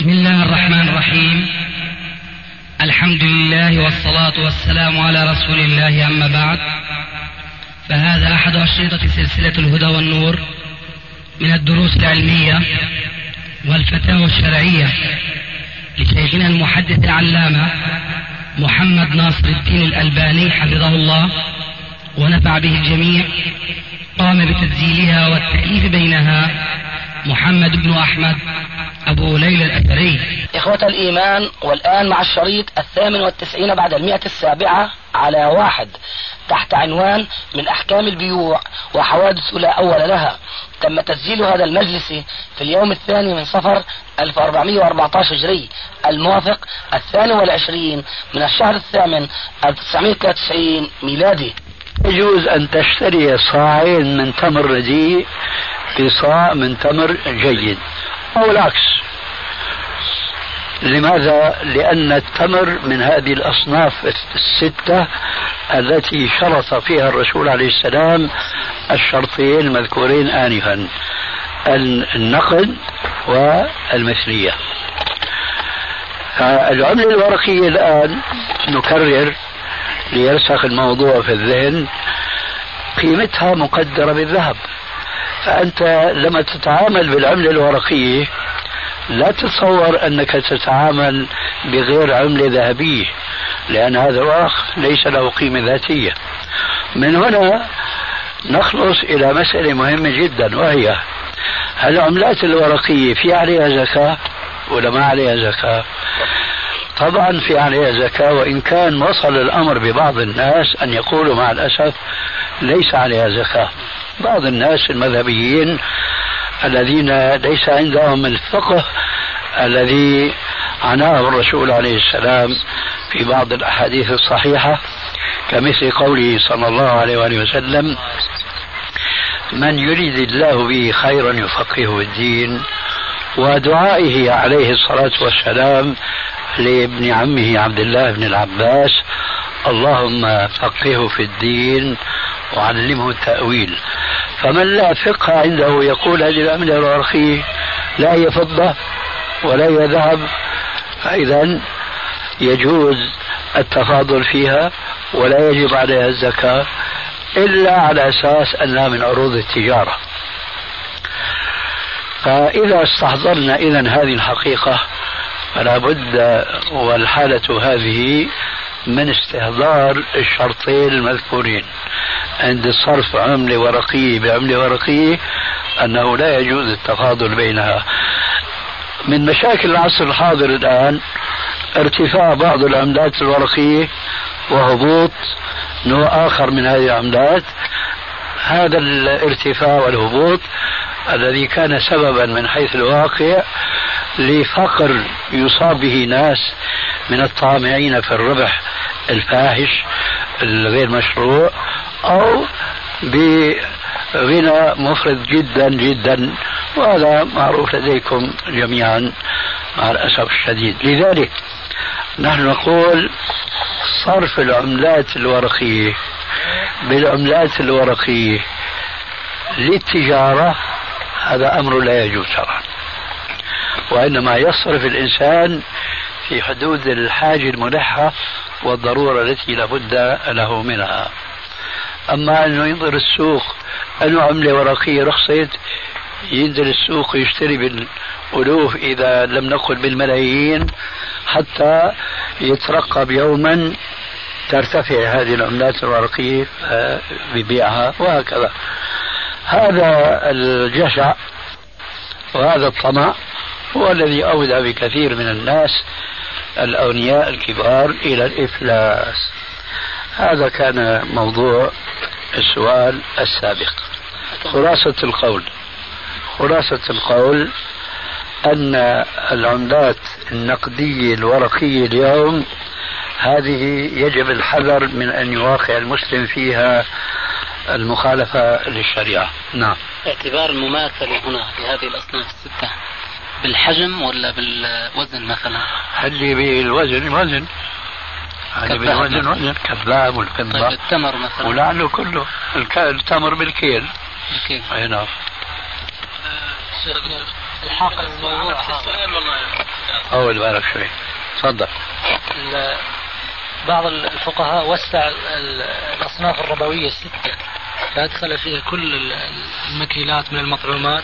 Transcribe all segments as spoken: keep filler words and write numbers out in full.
بسم الله الرحمن الرحيم. الحمد لله والصلاة والسلام على رسول الله، أما بعد، فهذا أحد أشرطة سلسلة الهدى والنور من الدروس العلمية والفتاوى الشرعية لشيخنا المحدث العلامة محمد ناصر الدين الألباني حفظه الله ونفع به الجميع. قام بتسجيلها والتأليف بينها محمد بن أحمد أبو ليلى الأثري. إخوة الإيمان، والآن مع الشريط الثامن والتسعين بعد المئة السابعة على واحد تحت عنوان من أحكام البيوع وحوادث لا أول لها. تم تسجيل هذا المجلس في اليوم الثاني من صفر ألف وأربعمائة وأربعة عشر هجري، الموافق الثاني والعشرين من الشهر الثامن ألف وتسعمائة وثلاثة وتسعين ميلادي. يجوز أن تشتري صاعين من تمر رديء بصاع من تمر جيد أو العكس. لماذا؟ لأن التمر من هذه الأصناف الستة التي شرط فيها الرسول عليه السلام الشرطين المذكورين آنفا، النقد والمثلية. العملة الورقية الآن نكرر ليرسخ الموضوع في الذهن، قيمتها مقدرة بالذهب. فأنت لما تتعامل بالعملة الورقية لا تتصور أنك تتعامل بغير عملة ذهبية، لأن هذا الورق ليس له قيمة ذاتية. من هنا نخلص إلى مسألة مهمة جدا، وهي هل العملات الورقية في عليها زكاة ولا ما عليها زكاة؟ طبعا في عليها زكاة، وإن كان وصل الأمر ببعض الناس أن يقولوا مع الأسف ليس عليها زكاة. بعض الناس المذهبيين الذين ليس عندهم الفقه الذي عناه الرسول عليه السلام في بعض الأحاديث الصحيحة، كمثل قوله صلى الله عليه وآله وسلم: من يريد الله به خيرا يفقهه الدين، ودعائه عليه الصلاة والسلام لابن عمه عبد الله بن العباس: اللهم فقهه في الدين وعلمه التأويل. فمن لا فقه عنده يقول هذه العملة الورقية لا هي فضة ولا هي ذهب، فإذا يجوز التفاضل فيها ولا يجب عليها الزكاة إلا على أساس أنها من عروض التجارة. فإذا استحضرنا إذن هذه الحقيقة فلا بد والحالة هذه من استحضار الشرطين المذكورين عند صرف عملة ورقية بعملة ورقية، أنه لا يجوز التفاضل بينها. من مشاكل العصر الحاضر الآن ارتفاع بعض العملات الورقية وهبوط نوع آخر من هذه العملات. هذا الارتفاع والهبوط الذي كان سببا من حيث الواقع لفقر يصاب به ناس من الطامعين في الربح الفاحش الغير مشروع، أو بغنى مفرط جدا جدا، وهذا معروف لديكم جميعا مع الأسف الشديد. لذلك نحن نقول صرف العملات الورقية بالعملات الورقية للتجارة هذا أمر لا يجوز شرعا، وإنما يصرف الإنسان في حدود الحاجة الملحة والضرورة التي لابد له منها. أما أنه ينظر السوق أنه عملة ورقية رخصت، ينزل السوق يشتري بالألوف إذا لم نقل بالملايين حتى يترقب يوما ترتفع هذه العملات الورقية ببيعها، وهكذا. هذا الجشع وهذا الطمع هو الذي أودى بكثير من الناس الأغنياء الكبار إلى الإفلاس. هذا كان موضوع السؤال السابق. خلاصة القول خلاصة القول أن العملات النقدية الورقية اليوم هذه يجب الحذر من أن يواقع المسلم فيها المخالفة للشريعة. نعم. اعتبار المماثلة هنا لهذه الأصناف الستة بالحجم ولا بالوزن مثلا؟ اللي بالوزن وزن، اللي بالوزن وزن كالذهب والفضة. طيب التمر مثلا؟ ولعله كله التمر بالكيل. بالكيل. أي نعم. الحاق الموضوع طول بالك شوي. تفضل. بعض الفقهاء وسع الأصناف الربوية الستة فأدخل فيها كل المكيلات من المطعومات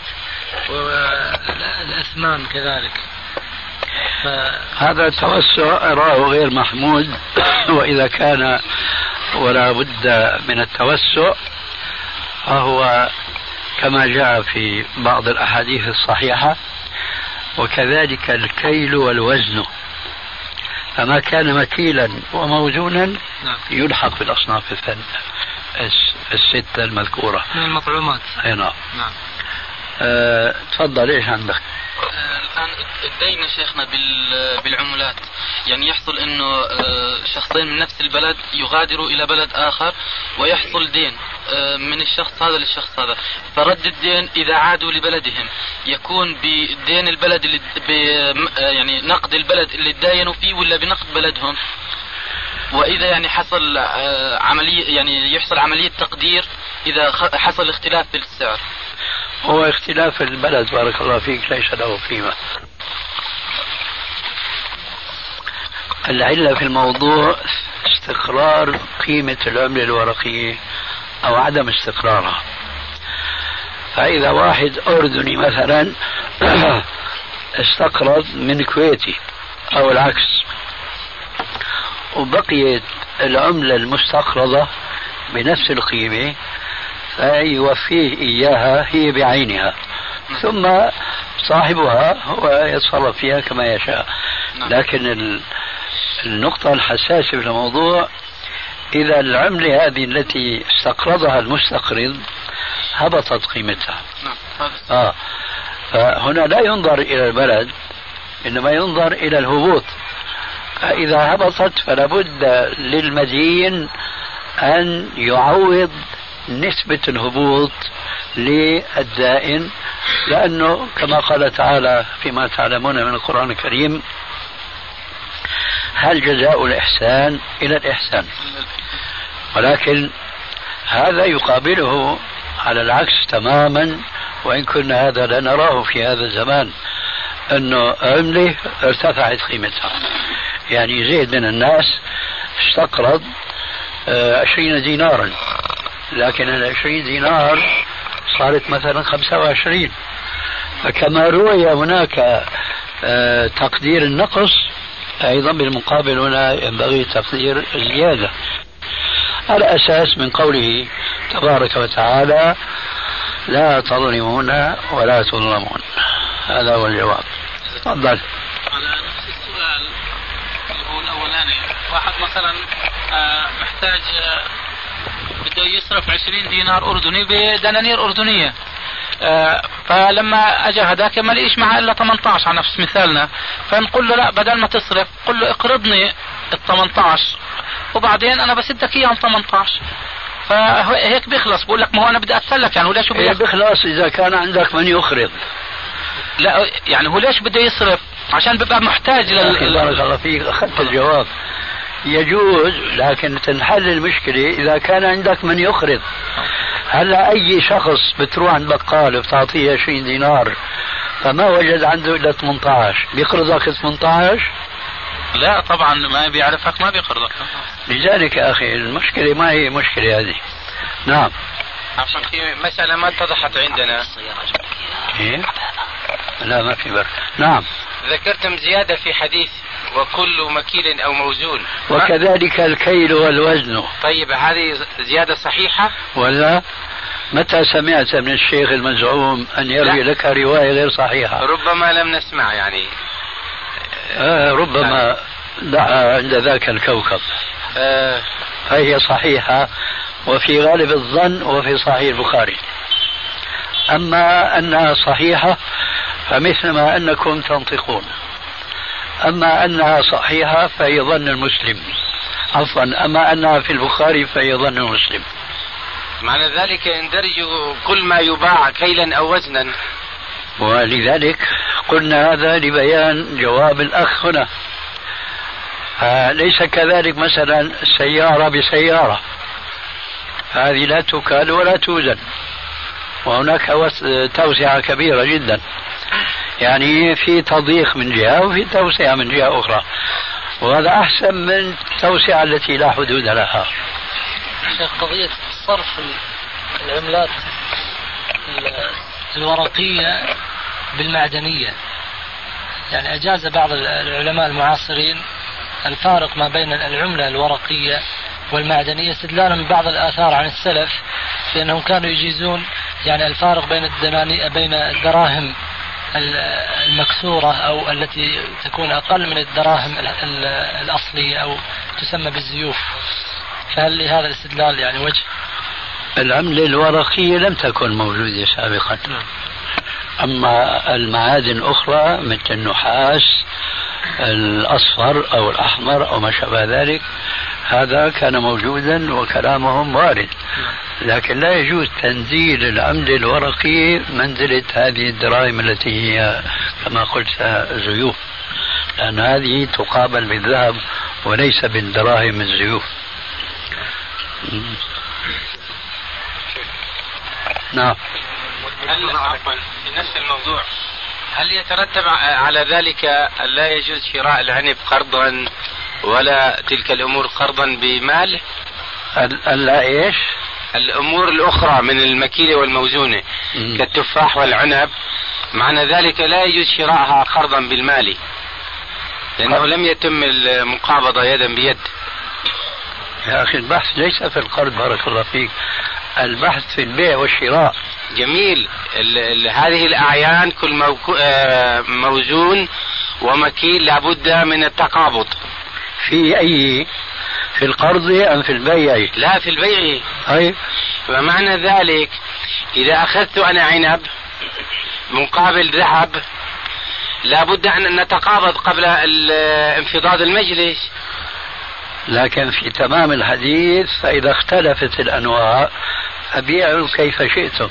والأثمان كذلك. ف... هذا التوسع أراه غير محمود وإذا كان ولا بد من التوسع فهو كما جاء في بعض الأحاديث الصحيحة، وكذلك الكيل والوزن، فما كان مكيلا وموزونا يلحق بالأصناف الستة المذكورة من المطعومات. أي نعم. نعم. أه تفضل، إيش عندك؟ الآن الدين شيخنا بالعملات، يعني يحصل انه شخصين من نفس البلد يغادروا الى بلد اخر ويحصل دين من الشخص هذا للشخص هذا، فرد الدين اذا عادوا لبلدهم يكون بدين البلد اللي يعني نقد البلد اللي تداينوا فيه ولا بنقد بلدهم؟ واذا يعني حصل عملية يعني يحصل عملية تقدير اذا حصل اختلاف في السعر. هو اختلاف البلد بارك الله فيك ليس له قيمة. العلة في الموضوع استقرار قيمة العملة الورقية أو عدم استقرارها. فإذا واحد أردني مثلا استقرض من كويتي أو العكس وبقيت العملة المستقرضة بنفس القيمة فيوفيه إياها هي بعينها، ثم صاحبها هو يتصرف فيها كما يشاء. لكن النقطة الحساسة في الموضوع إذا العملة هذه التي استقرضها المستقرض هبطت قيمتها، آه. فهنا لا ينظر إلى البلد إنما ينظر إلى الهبوط. فإذا هبطت فلا بد للمدين أن يعوض نسبة الهبوط للدائن، لأنه كما قال تعالى فيما تعلمون من القرآن الكريم: هل جزاء الإحسان إلى الإحسان. ولكن هذا يقابله على العكس تماما، وإن كنا هذا لا نراه في هذا الزمان، أنه عملة ارتفعت قيمتها. يعني زيد من الناس استقرض عشرين دينارا، لكن العشرين دينار صارت مثلا خمسة وعشرين، فكما روي هناك تقدير النقص أيضا بالمقابل هنا ينبغي تقدير الزيادة، على أساس من قوله تبارك وتعالى: لا تظلمون ولا تظلمون. هذا هو الجواب. تفضل. على نفس السؤال اللي هو الأولاني، واحد مثلا محتاج بده يصرف عشرين دينار أردني بدنانير أردنية، آه فلما أجا هذاك ما لقيش معه إلا ثمانية عشر على نفس مثالنا، فنقول له لا، بدل ما تصرف قل له اقرضني ال ثمانية عشر وبعدين أنا بسدك إياهم ثمانية عشر، فهيك بيخلص. بقول لك ما هو أنا بدي أتسلك، يعني هو ليش بيخلص؟ بيخلص إذا كان عندك من يقرض. لا يعني هو ليش بده يصرف؟ عشان بيبقى محتاج لل. بارك الله فيك، أخذت الجواب. يجوز، لكن تنحل المشكلة إذا كان عندك من يقرض. هلا أي شخص بتروح عند بقال بتعطيه عشرين دينار فما وجد عنده إلا ثمانية عشر، بيقرضك ثمانية عشر؟ لا طبعا ما بيعرفك، ما بيقرضك. لذلك يا أخي المشكلة ما هي مشكلة هذه. نعم. عشان في مسألة ما اتضحت عندنا. إيه؟ لا ما في بر. نعم. ذكرتم زيادة في حديث وكل مكيل أو موزون، وكذلك الكيل والوزن. طيب هذه زيادة صحيحة ولا؟ متى سمعت من الشيخ المزعوم أن يروي لك رواية غير صحيحة؟ ربما لم نسمع يعني. آه ربما دعا عند ذاك الكوكب. آه فهي صحيحة وفي غالب الظن وفي صحيح البخاري. أما أنها صحيحة فمثل ما أنكم تنطقون، أما أنها صحيحة فهي ظن المسلم. عفوا، أما أنها في البخاري فهي ظن المسلم. معنى ذلك يندرج كل ما يباع كيلا أو وزنا. ولذلك قلنا هذا لبيان جواب الأخ هنا. ليس كذلك مثلا السيارة بسيارة، هذه لا تكال ولا توزن، وهناك توسعة كبيرة جدا. يعني في تضييق من جهة وفي توسعة من جهة أخرى، وهذا أحسن من التوسعة التي لا حدود لها. شيخ، قضية صرف العملات الورقية بالمعدنية، يعني أجاز بعض العلماء المعاصرين الفارق ما بين العملة الورقية والمعدنية استدلالا من بعض الآثار عن السلف في أنهم كانوا يجيزون يعني الفارق بين الدناني بين الدراهم المكسورة أو التي تكون أقل من الدراهم الأصلية أو تسمى بالزيوف. فهل لهذا الاستدلال يعني وجه؟ العملة الورقية لم تكن موجودة سابقا، أما المعادن الأخرى مثل النحاس الأصفر أو الأحمر أو ما شابه ذلك هذا كان موجودا وكلامهم وارد، لكن لا يجوز تنزيل العملة الورقية منزلة هذه الدراهم التي هي كما قلت زيوف، لأن هذه تقابل بالذهب وليس بالدراهم الزيوف. نعم. هل عفوا في نفس الموضوع هل يترتب على ذلك أن لا يجوز شراء العنب قرضا ولا تلك الأمور قرضا بمال؟ ألا إيش؟ الأمور الأخرى من المكيلة والموزونة م. كالتفاح والعنب معنى ذلك لا يجوز شراءها قرضا بالمال لأنه لم يتم المقابضة يدا بيد. يا أخي البحث ليس في القرض، بارك الله فيك، البحث في البيع والشراء. جميل. ال ال هذه الأعيان كل موزون ومكيل لابد من التقابض. في أي؟ في القرض أم في البيع؟ لا، في البيع. أي. فمعنى ذلك إذا أخذت أنا عنب مقابل ذهب لابد أن نتقابض قبل انفضاض المجلس. لكن في تمام الحديث فإذا اختلفت الأنواع فبيعوا كيف شئتم.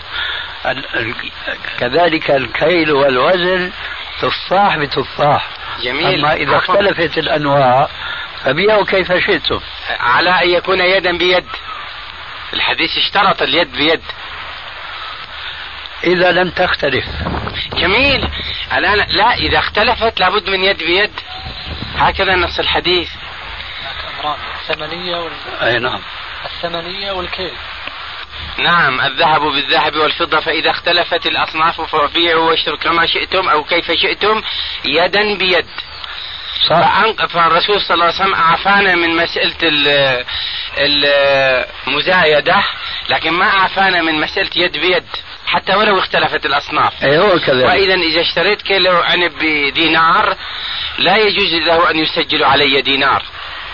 كذلك الكيل والوزن تفاح بتفاح. جميل. أما إذا اختلفت الأنواع فبيعوا كيف شئتم على أن يكون يدا بيد. الحديث اشترط اليد بيد. إذا لم تختلف. جميل. الآن لا، إذا اختلفت لابد من يد بيد، هكذا نص الحديث. الثمنية وال... أي نعم. الثمنية والكيل. نعم، الذهب بالذهب والفضة فإذا اختلفت الأصناف فبيعوا واشتروا كما شئتم أو كيف شئتم يدا بيد. فالرسول صلى الله عليه وسلم أعفانا من مسألة المزايدة، لكن ما أعفانا من مسألة يد بيد حتى ولو اختلفت الأصناف. أيوة كذلك. وإذا إذا اشتريت كيلو عنب بدينار لا يجوز له أن يسجل علي دينار.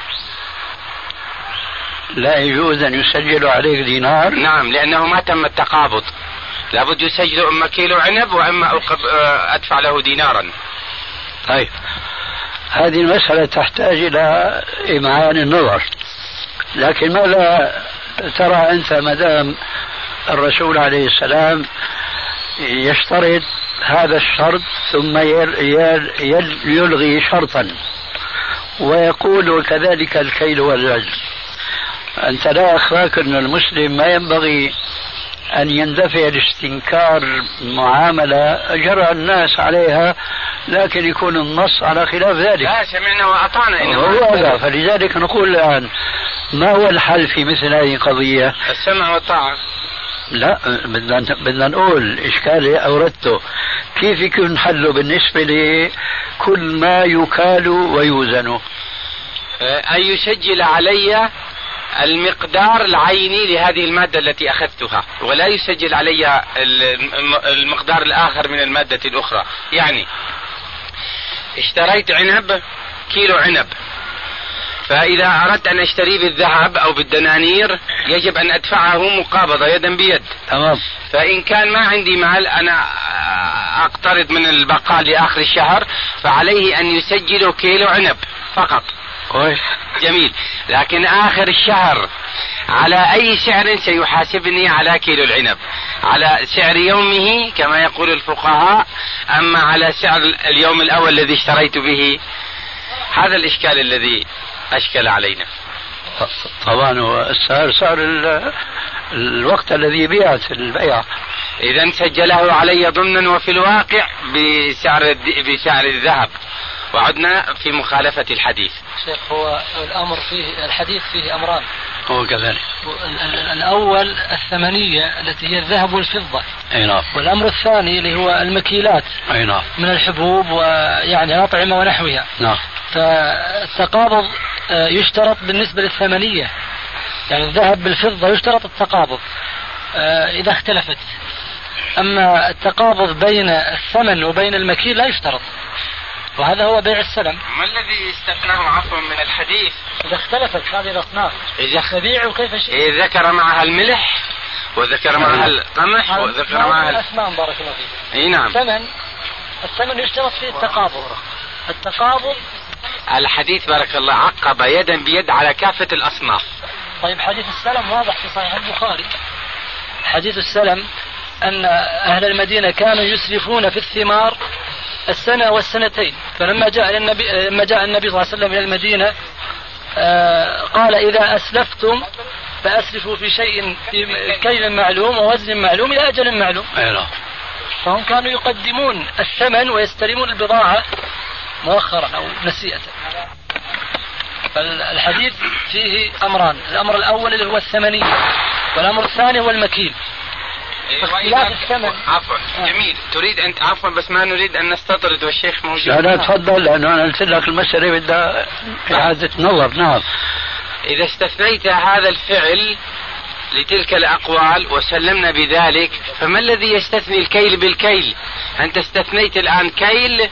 لا يجوز أن يسجل عليك دينار؟ نعم، لأنه ما تم التقابض. لابد يسجل إما كيلو عنب وإما أدفع له دينارا. طيب، هذه المسألة تحتاج إلى إمعان النظر، لكن ماذا ترى أنت مدام الرسول عليه السلام يشترط هذا الشرط ثم يلغي شرطا ويقول وكذلك الكيل والوزن؟ أنت لا أخفاك أن المسلم ما ينبغي أن يندفع لاستنكار معاملة جرى الناس عليها لكن يكون النص على خلاف ذلك. لا، سمعنا وأطعنا. هو هذا، فلذلك نقول الآن ما هو الحل في مثل هذه القضية؟ السمع والطاعة. لا، بدنا بدنا نقول إشكالي أوردته كيف يكون حله بالنسبة لكل ما يكال ويوزن؟ أن يسجل علي المقدار العيني لهذه المادة التي أخذتها ولا يسجل علي المقدار الآخر من المادة الأخرى. يعني اشتريت عنب كيلو عنب، فإذا أردت أن أشتري بالذهب أو بالدنانير يجب أن أدفعه مقابضة يدا بيد. تمام. فإن كان ما عندي مال أنا أقترض من البقال لآخر الشهر فعليه أن يسجل كيلو عنب فقط. كويس. جميل. لكن آخر الشهر على أي سعر سيحاسبني على كيلو العنب؟ على سعر يومه كما يقول الفقهاء، أما على سعر اليوم الأول الذي اشتريت به؟ هذا الإشكال الذي أشكل علينا. طبعا السعر سعر الوقت الذي بيعت البيع. إذا سجله علي ضمنا وفي الواقع بسعر بسعر الذهب، وعدنا في مخالفة الحديث. شيخ هو الأمر فيه الحديث فيه أمران. هو كذلك. الأول الثمنية التي هي الذهب والفضة. أي نعم. والأمر الثاني اللي هو المكيلات. أي نعم. من الحبوب ويعني الأطعمة ونحوها. نعم. فالتقابض يشترط بالنسبة للثمنية، يعني الذهب بالفضة يشترط التقابض إذا اختلفت. أما التقابض بين الثمن وبين المكيل لا يشترط، وهذا هو بيع السلم. ما الذي استثناه عفوا من الحديث؟ إذا اختلفت هذه الأصناف إذا تبيع كيف شيء. إيه ذكر معها الملح وذكر معها القمح وذكر معها الأثمان. بارك الله فيك. اي نعم. الثمن الثمن يشترط فيه التقابض. التقابض الحديث بارك الله عقب يدا بيد على كافة الأصناف. طيب حديث السلم واضح في صحيح البخاري. حديث السلم أن أهل المدينة كانوا يسرفون في الثمار السنة والسنتين، فلما جاء النبي لما جاء النبي صلى الله عليه وسلم إلى المدينة قال إذا أسلفتم فأسلفوا في شيء في كيل معلوم ووزن معلوم إلى أجل معلوم. فهم كانوا يقدمون الثمن ويستلمون البضاعة مؤخرا أو نسيئة. فالحديث فيه أمران، الأمر الأول اللي هو الثمني، والأمر الثاني هو المكيل. اختلاف الثمن. عفوا جميل. تريد أنت عفوا بس ما نريد أن نستطرد والشيخ موجود. لا لا تفضل، لأنه أنا قلت لك المسألة بدها إعادة نظر. نعم. إذا استثنيت هذا الفعل لتلك الأقوال وسلمنا بذلك، فما الذي يستثني الكيل بالكيل؟ أنت استثنيت الآن كيل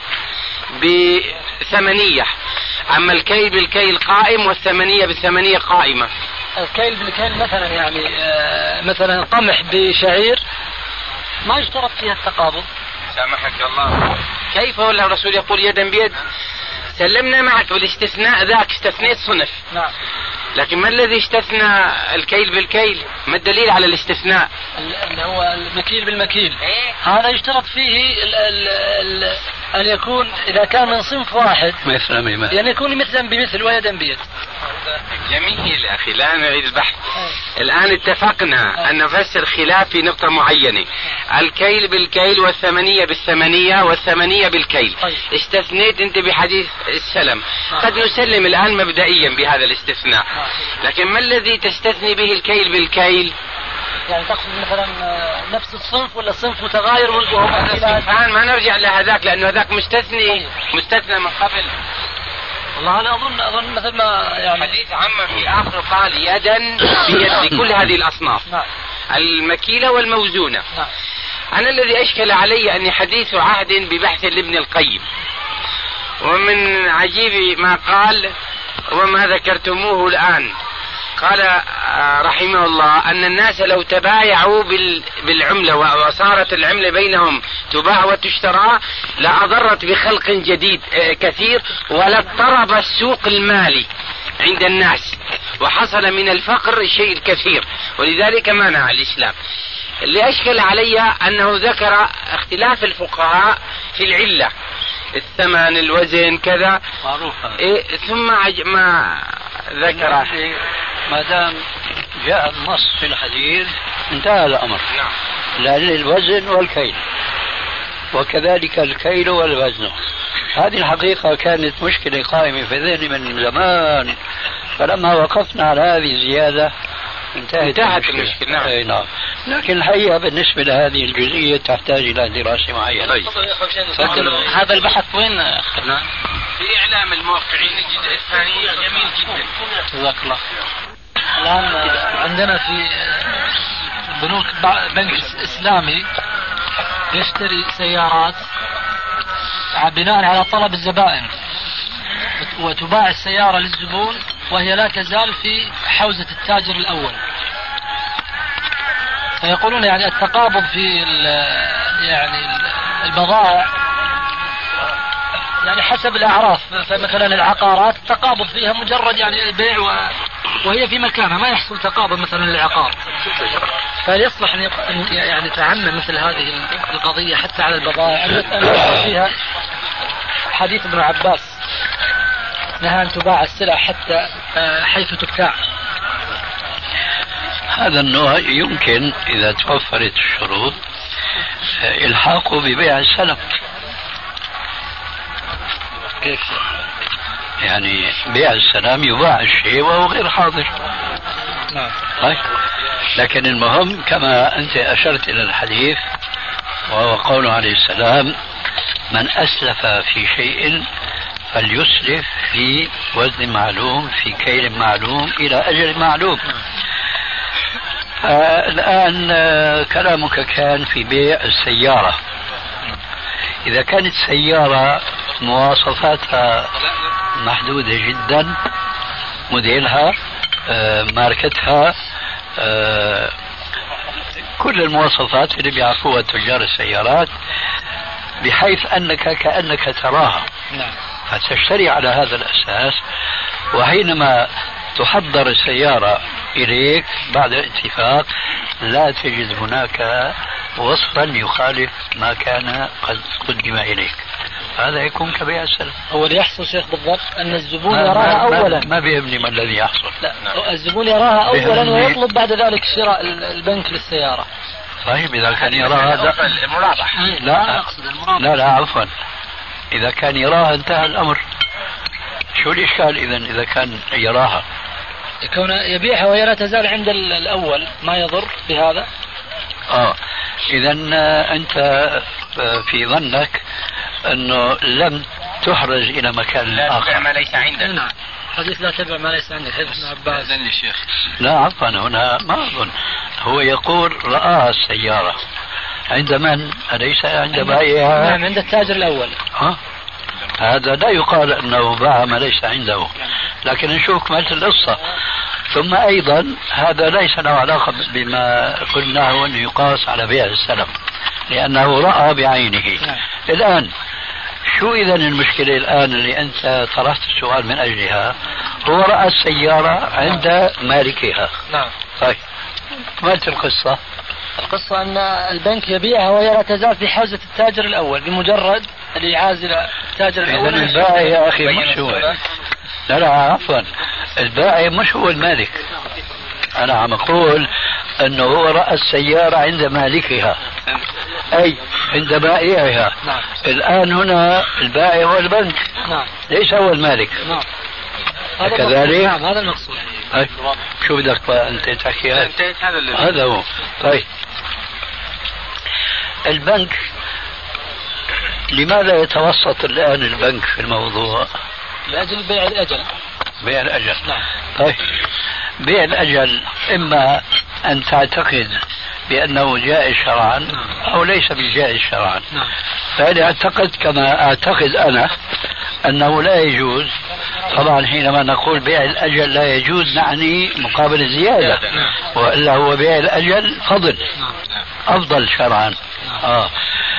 بثمنية، أما الكيل بالكيل قائم والثمنية بالثمنية قائمة. الكيل بالكيل مثلا يعني آه مثلا قمح بشعير ما يشترط فيها التقابض. سامحك الله. كيف هو الرسول يقول يدا بيد؟ سلمنا معك بالاستثناء ذاك، استثنيت صنف. نعم. لكن ما الذي استثنى الكيل بالكيل؟ ما الدليل على الاستثناء؟ اللي هو المكيل بالمكيل. إيه؟ هذا يشترط فيه ال ال ال أن يكون إذا كان من صنف واحد مثلا بمثل، يعني يكون مثلا بمثل ويدا بيد. جميل يا أخي، لا نعيد البحث. الآن اتفقنا أن نفسر خلاف في نقطة معينة، الكيل بالكيل والثمنية بالثمنية والثمنية بالكيل. استثنيت أنت بحديث السلم، قد نسلم الآن مبدئيا بهذا الاستثناء، لكن ما الذي تستثني به الكيل بالكيل؟ يعني تقصد مثلا نفس الصنف ولا صنف متغاير وهو الآن ما نرجع لهذاك لأنه هذاك مستثني مستثنى من قبل. والله أنا أظن أظن مثل ما يعني حديث عما في آخر قال يدا بيد لكل هذه الأصناف. نعم. المكيلة والموزونة. نعم. أنا الذي أشكل علي أني حديث عهد ببحث لابن القيم، ومن عجيب ما قال وما ذكرتموه الآن، قال رحمه الله أن الناس لو تبايعوا بالعملة وصارت العملة بينهم تباع وتشترى لأضرت بخلق جديد كثير ولاضطرب السوق المالي عند الناس وحصل من الفقر شيء كثير، ولذلك منع الإسلام. اللي أشكل علي أنه ذكر اختلاف الفقهاء في العلة، الثمن الوزن كذا معروفة. إيه ثم عج... ما ذكر ما دام جاء النص في الحديث انتهى الأمر. نعم. لأن الوزن والكيل وكذلك الكيل والوزن، هذه الحقيقة كانت مشكلة قائمة في ذهني من زمان، فلما وقفنا على هذه الزيادة انتهت, انتهت المشكلة. المشكلة. نعم. أي نعم. لكن الحقيقة بالنسبة لهذه الجزئية تحتاج إلى دراسة معينة. هذا البحث وين أخذناه؟ في إعلام الموقعين الجزء الثاني جميل جدا. جزاك الله. الآن عندنا في بنوك بنك إسلامي يشتري سيارات بناء على طلب الزبائن، وتباع السيارة للزبون وهي لا تزال في حوزة التاجر الأول. فيقولون يعني التقابض في يعني البضائع يعني حسب الأعراف، فمثلا العقارات التقابض فيها مجرد يعني بيع وهي في مكانها، ما يحصل تقابض مثلا للعقار. فيصلح أن يعني تعمم مثل هذه القضية حتى على البضائع التي فيها حديث ابن عباس نهى أن تباع السلع حتى حيث تبتاع. هذا النوع يمكن إذا توفرت الشروط إلحاقه ببيع السلم. كيف؟ يعني بيع السلام يباع الشيء وهو غير حاضر. نعم. طيب، لكن المهم كما أنت أشرت إلى الحديث وهو قوله عليه السلام: من أسلف في شيء فليسلف في وزن معلوم في كيل معلوم إلى أجل معلوم. الآن كلامك كان في بيع السيارة. إذا كانت سيارة مواصفاتها محدودة جدا، موديلها، ماركتها، كل المواصفات اللي بيعرفوها تجار السيارات، بحيث أنك كأنك تراها، فتشتري على هذا الأساس. وحينما تحضر السيارة إليك بعد الاتفاق لا تجد هناك وصفا يخالف ما كان قد قدم إليك، هذا يكون كبيع السلم. هو اللي يحصل شيخ بالضبط أن الزبون يراها أولا. ما بيهمني ما الذي يحصل. لا، الزبون يراها أولا ويطلب بعد ذلك شراء البنك للسيارة. طيب إذا كان يراها هذا المرابح. لا لا لا عفوا، إذا كان يراها انتهى الأمر. شو الإشكال إذا إذا كان يراها؟ يكون يبيعها وهي لا تزال عند الأول، ما يضر بهذا. آه إذا أنت في ظنك أنه لم تحرز إلى مكان آخر. لا ما ليس عندك. نعم، حديث لا تبع ما ليس عندك، حديث ابن عباس. أذن الشيخ. لا عفوا، هنا ما أظن. هو يقول رآها السيارة عند من؟ أليس عند بائعها؟ نعم، عند التاجر الأول. ها؟ هذا لا يقال أنه باع ما ليس عنده، لكن نشوف مثل القصة. ثم أيضا هذا ليس له علاقة بما قلناه أنه يقاس على بيع السلم، لأنه رأى بعينه. الآن شو إذا المشكلة الآن اللي أنت طرحت السؤال من أجلها؟ هو رأى السيارة عند مالكها. نعم. طيب ما القصة؟ القصة أن البنك يبيعها وهي لا تزال في حوزة التاجر الأول، بمجرد اللي يعازل التاجر الأول. إذن البائع يا أخي مش هو. لا لا عفوا، البائع مش هو المالك. أنا عم أقول أنه هو رأى السيارة عند مالكها، أي عند بائعها. نعم. الآن هنا البائع هو البنك. نعم. ليس هو المالك. نعم. كذلك. نعم، هذا المقصود. أي. شو بدك بقى أنت تحكي هذا؟ هذا هذا هو. طيب البنك لماذا يتوسط الآن البنك في الموضوع؟ لأجل بيع الأجل. بيع الأجل. نعم. طيب بيع الأجل إما أن تعتقد بأنه جائز شرعا أو ليس بجائز شرعا. نعم. فإذا اعتقد كما أعتقد أنا أنه لا يجوز، طبعا حينما نقول بيع الأجل لا يجوز نعني مقابل الزيادة، وإلا هو بيع الأجل فضل أفضل شرعا. آه.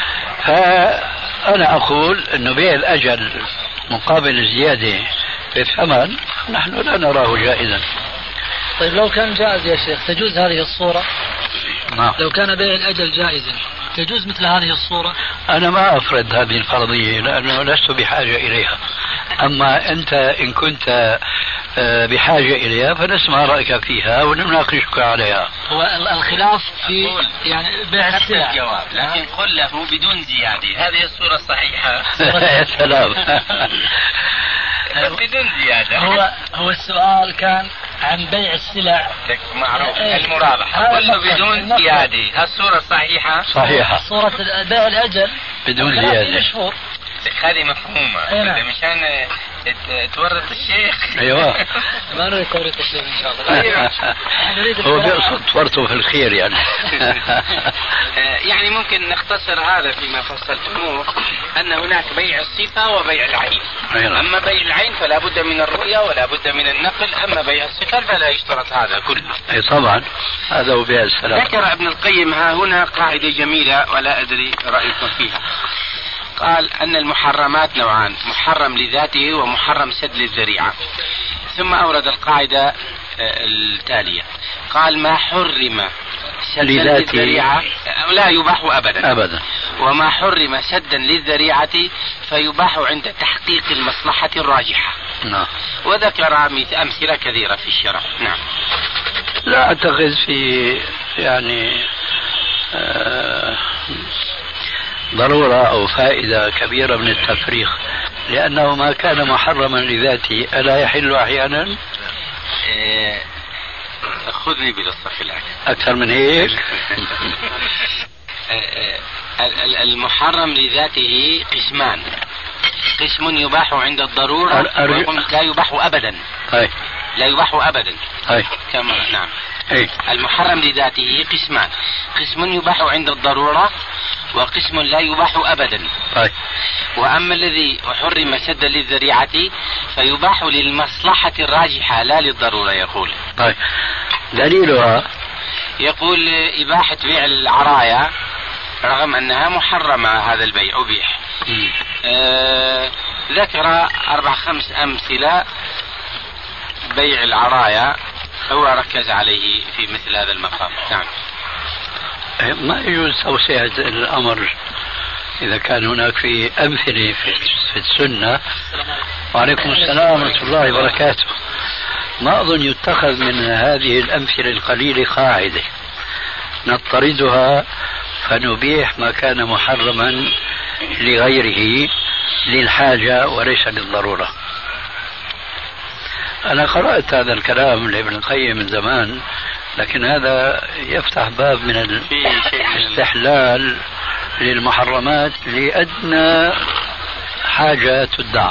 فأنا أقول أنه بيع الأجل مقابل الزيادة في الثمن نحن لا نراه جائزا. طيب لو كان جائز يا شيخ تجوز هذه الصورة؟ ما. لو كان بيع الأجل جائزا تجوز مثل هذه الصورة؟ أنا ما أفرض هذه الفرضية لأنه لست بحاجة إليها. أما أنت إن كنت بحاجة إليها فنسمع رأيك فيها ونناقشك عليها. هو الخلاف في يعني بيع السلع. الجواب لكن قل له بدون زيادة هذه الصورة الصحيحة. يا سلام. بدون زيادة. هو هو السؤال كان عن بيع السلع معروف. المرابحة قل له بدون زيادة الصورة الصحيحة. صحيحة. صورة بيع الأجل بدون زيادة. هذه مفهومة. إذا مشان تورط الشيخ. أيوة. ما نريد تورط الشيخ إن شاء الله. هو بيقصد تورطه في الخير يعني. يعني ممكن نختصر هذا فيما فصلتموه أن هناك بيع الصفة وبيع العين. أيوة. أما بيع العين فلا بد من الرؤية ولا بد من النقل، أما بيع الصفة فلا يشترط هذا كله. أي طبعا هذا هو بيع السلام. ذكر ابن القيم ها هنا قاعدة جميلة ولا أدري رأيكم فيها. قال أن المحرمات نوعان، محرم لذاته ومحرم سد للذريعة. ثم أورد القاعدة التالية، قال ما حرم سدا للذريعة لا يباح أبدا أبدا، وما حرم سدا للذريعة فيباح عند تحقيق المصلحة الراجحة. نعم. وذكر أمثلة كثيرة في الشرع. نعم. لا أعتقد في يعني آه ضرورة أو فائدة كبيرة من التفريق، لأنه ما كان محرما لذاته ألا يحل أحيانا؟ إيه، خذني بالصف الآن أكثر من هيك. المحرم لذاته قسمان، قسم يباح عند الضرورة وقسم لا يباح أبدا. هاي. لا يباح أبدا. هاي. كما نعم. هاي. المحرم لذاته قسمان، قسم يباح عند الضرورة وقسم لا يباح أبدا. هاي. وأما الذي حرم سدا للذريعة فيباح للمصلحة الراجحة لا للضرورة. يقول هاي. دليلها يقول إباحة بيع العرايا رغم أنها محرمة، هذا البيع أبيح. آه ذكر أربع خمس أمثلة بيع العرايا، هو ركز عليه في مثل هذا المقام. نعم. ما يجوز توسعة الأمر إذا كان هناك في أمثلة في السنة. وعليكم السلام ورحمة الله وبركاته. ما أظن يتخذ من هذه الأمثلة القليلة قاعدة نضطردها فنبيح ما كان محرما لغيره للحاجة وليس للضرورة. أنا قرأت هذا الكلام لابن القيم من زمان، لكن هذا يفتح باب من الاستحلال للمحرمات لأدنى حاجة تدعى.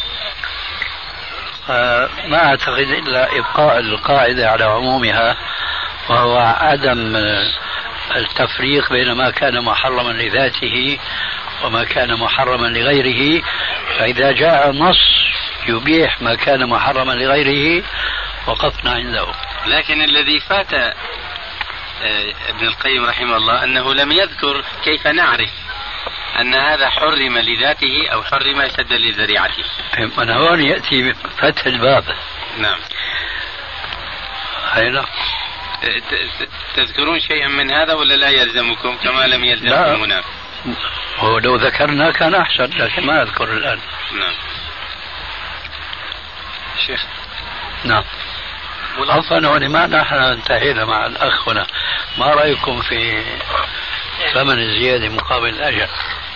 ما أعتقد إلا إبقاء القاعدة على عمومها، وهو عدم التفريق بين ما كان محرما لذاته وما كان محرما لغيره. فإذا جاء نص يبيح ما كان محرما لغيره وقفنا عنده. لكن الذي فات ابن القيم رحمه الله أنه لم يذكر كيف نعرف أن هذا حرم لذاته أو حرم سدا لذريعته. أنا هون يأتي فتح الباب. نعم. هينا تذكرون شيئا من هذا ولا لا يلزمكم كما لم يلزمكم هناك؟ ولو ذكرنا كان أحسن، لكن ما أذكر الآن. نعم. شيخ. نعم. عفوا ولما نحن انتهينا مع الأخ هنا، ما رأيكم في ثمن الزيادة مقابل الأجر؟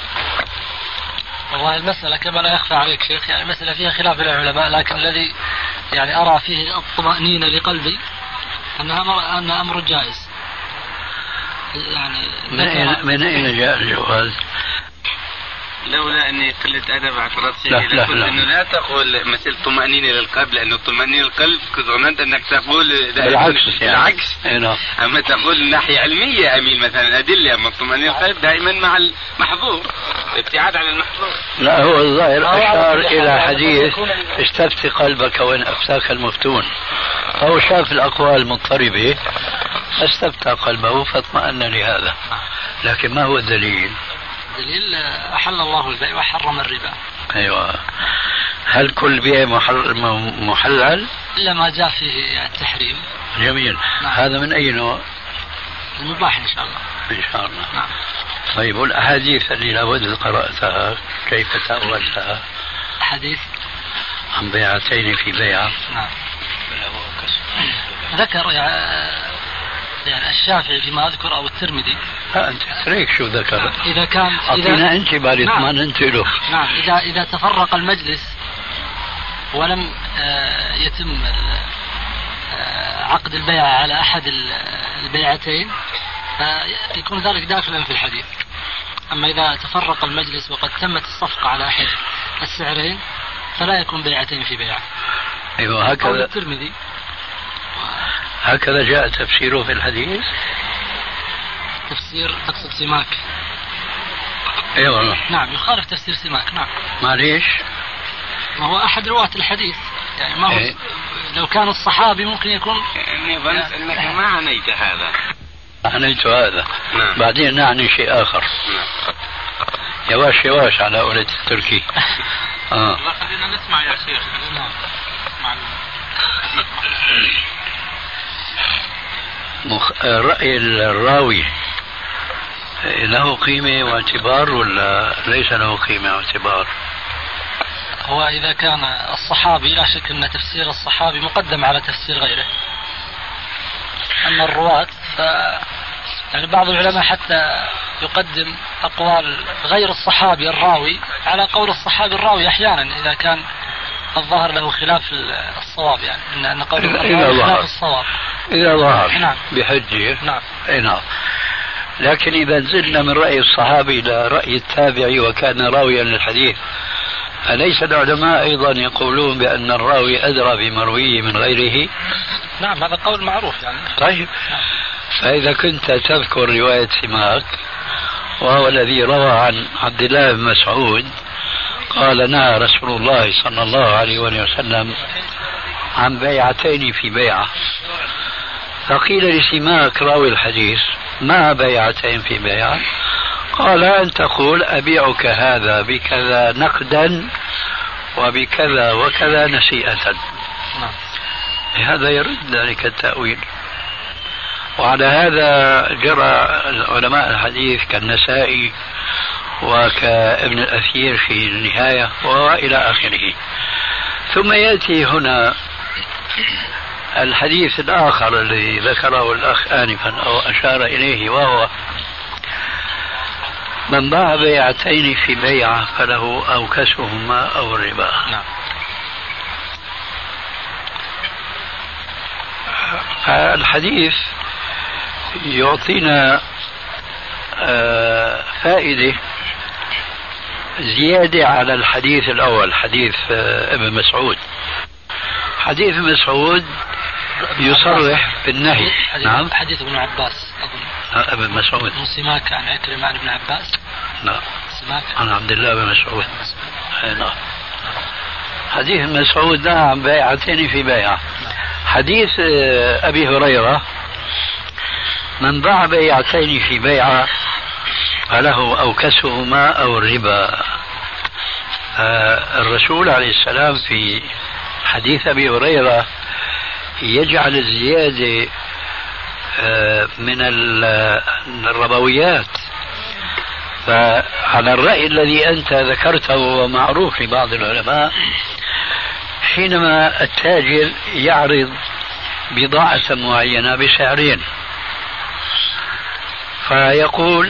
والله المسألة كما لا يخفى عليك شيخ، يعني مسألة فيها خلاف العلماء، لكن الذي يعني أرى فيه الطمأنينة لقلبي أنها أن أمر جائز. يعني من أين من أين جاء الجواز؟ لولا اني قلت ادب اعترضت فيه. لا لا لا. انه لا تقول مثل طمأنينة للقلب، لانه طمأنينة للقلب كنت ظننت انك تقول بالعكس. بالعكس. يعني. اما تقول من ناحية علمية اميل مثلا ادلة، اما طمأنينة للقلب دائما مع المحظور، ابتعاد عن المحظور. لا هو الظاهر اشار الى حديث استفتي قلبك وان افتاك المفتون، فهو شاف الاقوال المضطربة استفتى قلبه فاطمأن لهذا. لكن ما هو الدليل؟ دليل أحل الله البيع وحرم الربا. أيوة. هل كل بيع محل محلل؟ إلا ما جاء فيه التحريم. جميل. نعم. هذا من أي نوع؟ المباح إن شاء الله. إن شاء الله. نعم. طيب والأحاديث اللي لابد قرأتها كيف تأولتها؟ حديث عن بيعتين في بيعة. نعم. ذكر يعني يعني الشافعي فيما أذكر أو الترمذي. ها أنت تريك شو ذكر؟ إذا كان أعطينا أنت بالي نعم. ما أنت له. نعم. إذا إذا تفرق المجلس ولم آه يتم آه عقد البيع على أحد البيعتين فيكون ذلك داخلا في الحديث. أما إذا تفرق المجلس وقد تمت الصفقة على أحد السعرين فلا يكون بيعتين في بيع. أيوة هكذا. الترمذي هكذا جاء تفسيره في الحديث. تفسير تقصد سماك؟ اي والله. نعم يخالف تفسير سماك. نعم. معليش. ما هو أحد رواة الحديث يعني ما هو إيه؟ لو كان الصحابي ممكن يكون يعني ظننت أنك ما عنيت هذا. عنيت هذا. نعم. بعدين نعني شيء آخر. نعم. يواش يواش على قولة التركي. آه. خلينا نسمع يا شيخ. خلينا نسمع مخ... رأي الراوي له قيمة واعتبار ولا ليس له قيمة واعتبار؟ هو إذا كان الصحابي لا شك أن تفسير الصحابي مقدم على تفسير غيره. أما الرواة ف يعني بعض العلماء حتى يقدم أقوال غير الصحابي الراوي على قول الصحابي الراوي أحيانا إذا كان الظاهر له خلاف الصواب، يعني إن أن قول الراوي خلاف الصواب إذا ظهر نعم بحجة. نعم. نعم. لكن إذا نزلنا من رأي الصحابي إلى رأي التابعي وكان راويا للحديث، أليس العلماء أيضا يقولون بأن الراوي أدرى بمرويه من غيره؟ نعم هذا قول معروف يعني. طيب نعم. فإذا كنت تذكر رواية سماك وهو الذي روى عن عبد الله بن مسعود قال نهى رسول الله صلى الله عليه وسلم عن بيعتين في بيعة، فقيل لسماك راوي الحديث ما بيعتين في بيعة؟ قال أن تقول أبيعك هذا بكذا نقدا وبكذا وكذا نسيئة. هذا يرد ذلك التأويل، وعلى هذا جرى علماء الحديث كالنسائي وكابن الأثير في النهاية وإلى آخره. ثم يأتي هنا الحديث الآخر الذي ذكره الأخ آنفا أو أشار إليه، وهو من باع بيعتين في بيعة فله أو كسهما أو الربا. نعم. الحديث يعطينا فائدة زيادة على الحديث الأول، حديث ابن مسعود. حديث ابن مسعود يصرح بالنهي. نعم. حديث ابن عباس أظن. ابن مسعود. سماك عن عكرمة عن ابن عباس. نعم. سماك عن عبد الله بن مسعود. نعم. حديث ابن مسعود نهى عن بيعتين في بيعة. حديث أبي هريرة من باع بيعتين في بيعة فله أو كسهما أو الربا. الرسول عليه السلام في حديث أبي هريرة يجعل الزيادة من الربويات، فعلى الرأي الذي أنت ذكرته ومعروف لبعض العلماء، حينما التاجر يعرض بضاعة معينة بسعرين فيقول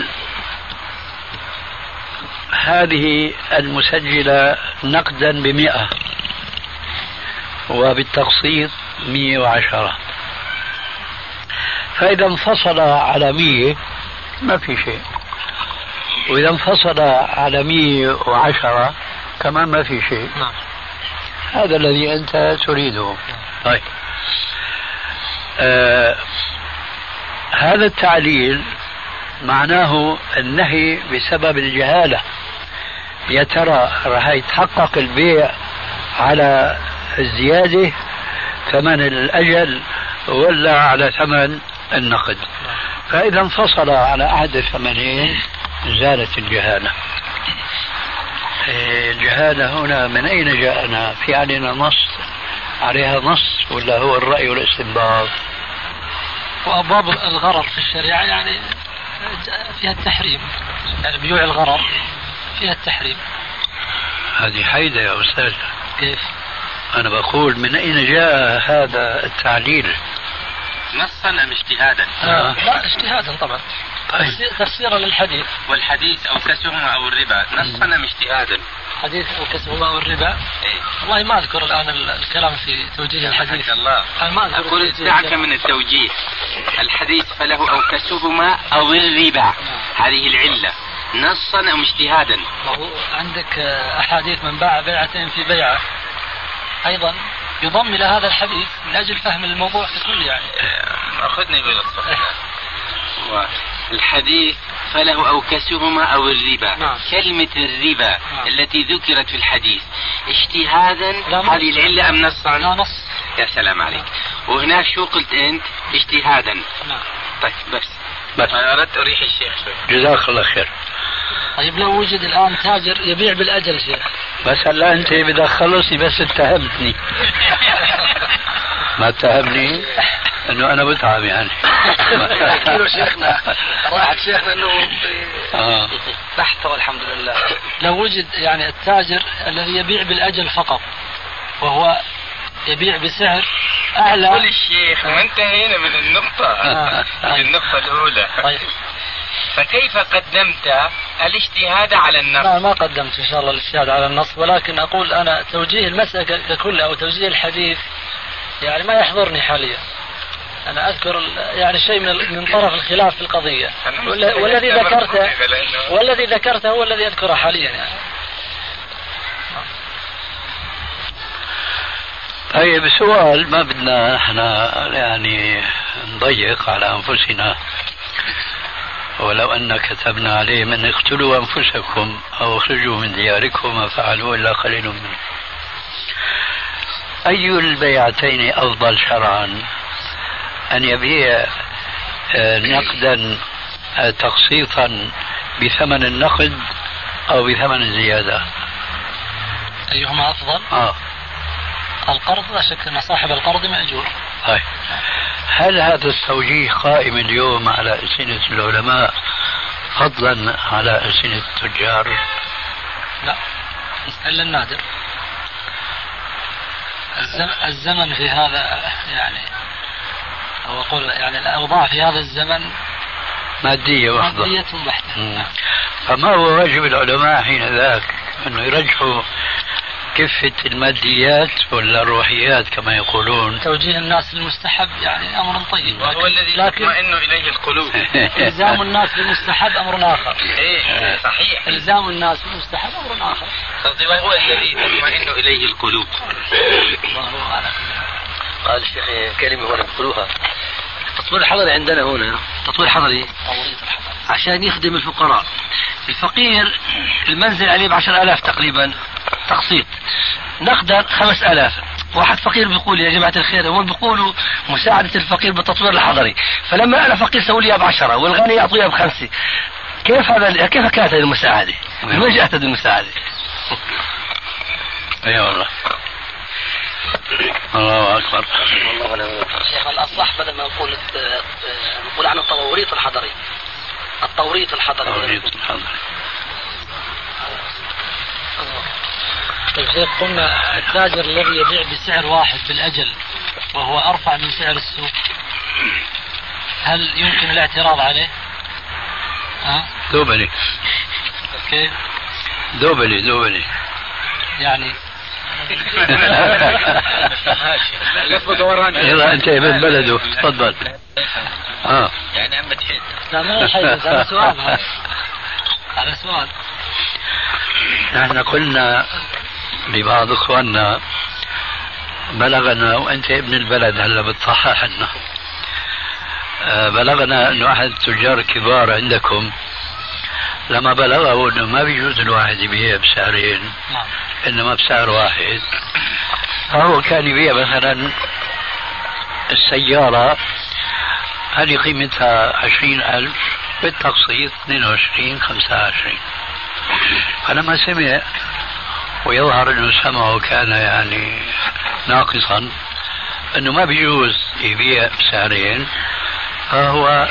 هذه المسجلة نقدا بمئة وبالتقسيط مئة وعشرة، فإذا انفصل على مئة ما في شيء، وإذا انفصل على مئة وعشرة كمان ما في شيء. نعم. هذا الذي أنت تريده. طيب. آه هذا التعليل معناه النهي بسبب الجهالة. يا ترى راح يتحقق البيع على الزيادة ثمن الأجل ولا على ثمن النقد؟ فإذا انفصل على أحد الثمنين زالت الجهالة. الجهالة هنا من أين جاءنا؟ في علينا نص عليها نص ولا هو الرأي والاستنباط؟ وأبواب الغرر في الشريعة يعني فيها التحريم، يعني بيوع الغرر فيها التحريم. هذه حيدة يا أستاذ. كيف؟ أنا بقول من أين جاء هذا التعليل؟ نصا أم اجتهادا؟ آه. لا اجتهادا طبعا. طيب. تفسيرا للحديث. والحديث أو كسهما أو الربا نصا أم اجتهادا؟ حديث أو كسهما أو الربا. إيه؟ والله ما أذكر الآن الكلام في توجيه الحديث. الله. أنا ما أذكر. أقول دعك من التوجيه. الحديث فله أو كسهما أو الربا، هذه العلة نصا أم اجتهادا؟ عندك أحاديث من باع بيعتين في بيعة أيضا يضم إلى هذا الحديث من أجل فهم الموضوع ككل يعني. أخذني بالصفحة. الحديث فله أو كسهما أو الربا. نعم. كلمة الربا نعم. التي ذكرت في الحديث اجتهادا هذه العلة أم نصا؟ لا نص. يا سلام عليك. وهناك شو قلت أنت؟ اجتهادا. نعم. طيب بس بس أنا أردت أريح الشيخ شوي. جزاك الله خير. طيب لو وجد الآن تاجر يبيع بالأجل شيخ. بس هلا أنت بدك تخلصني بس اتهمتني. ما اتهمني انه انا بتعب يعني. كيلو شيخنا راحت شيخنا انه آه. بحث والحمد لله. لو وجد يعني التاجر الذي يبيع بالأجل فقط وهو يبيع بسعر أعلى. قول الشيخ ما انتهينا من النقطة. آه. من النقطة الأولى. طيب. فكيف قدمت الاجتهاد على النص؟ لا ما قدمت إن شاء الله الاجتهاد على النص، ولكن أقول أنا توجيه المسألة ككل أو توجيه الحديث يعني ما يحضرني حاليا. أنا أذكر يعني شيء من من طرف الخلاف في القضية، والذي ذكرته والذي ذكرته هو الذي أذكره حاليا يعني. طيب سؤال، ما بدنا احنا يعني نضيق على أنفسنا، ولو أن كتبنا عليه من اقتلوا أنفسكم أو اخرجوا من دياركم ما فعلوا إلا قليل منهم. أي البيعتين أفضل شرعا؟ أن يبيع نقدا تقسيطا بثمن النقد أو بثمن الزيادة؟ أيهما أفضل؟ آه. القرض لا شك أن صاحب القرض مأجور. طيب هل هذا التوجيه قائم اليوم على ألسنة العلماء فضلا على ألسنة التجار؟ لا إلا النادر. الزمن في هذا يعني أو أقول يعني الأوضاع في هذا الزمن مادية وحدة. مادية بحتة. فما هو واجب العلماء حين ذاك؟ أنه يرجحوا كفة الماديات ولا الروحيات كما يقولون؟ توجيه الناس للمستحب يعني أمر طيب، وهو الذي تطمئن إليه القلوب. إلزام الناس بالمستحب أمر آخر. إيه صحيح. إلزام الناس بالمستحب أمر آخر. وهو الذي تطمئن إليه القلوب. الله أعلم. قال الشيخ كلمة ولا بيقولوها. التطوير الحضري عندنا هنا تطوير حضري عشان يخدم الفقراء. الفقير المنزل عليه بعشر آلاف تقريبا تقسيط، نقدر خمس آلاف. واحد فقير بيقول يا جماعة الخير، هم بيقولوا مساعدة الفقير بالتطوير الحضري، فلما أنا فقير سوي لي بعشرة والغني يعطيها بخمسة. كيف هذا؟ كيف كانت هذه المساعدة؟ من وين جاءت هذه المساعدة؟ اي والله. الله أكبر. والله شيخ الأصح بدل ما نقول نقول عن التوريط الحضري. التوريط الحضري. التوريط الحضري. طيب شيخ، قلنا التاجر الذي يبيع بسعر واحد بالأجل وهو أرفع من سعر السوق، هل يمكن الاعتراض عليه؟ ها؟ دوبلي. كيف؟ دوبلي دوبلي. يعني يلا انت ابن بلده تفضل. اه يعني عم بتحد. لا ما يحيز، هذا سؤال. هذا سؤال. نحن قلنا لبعض اخواننا بلغنا، وانت ابن البلد هلا بتصحح لنا، بلغنا انه احد التجار الكبار عندكم لما بلغه انه ما بيجوز الواحد يبيع بسعرين انما بسعر واحد، فهو كان يبيع مثلا السيارة هذه قيمتها عشرين ألف بالتقسيط اثنين وعشرين خمسة وعشرين. فلما سمع ويظهر انه سمعه كان يعني ناقصا انه ما بيجوز يبيع بسعرين، فهو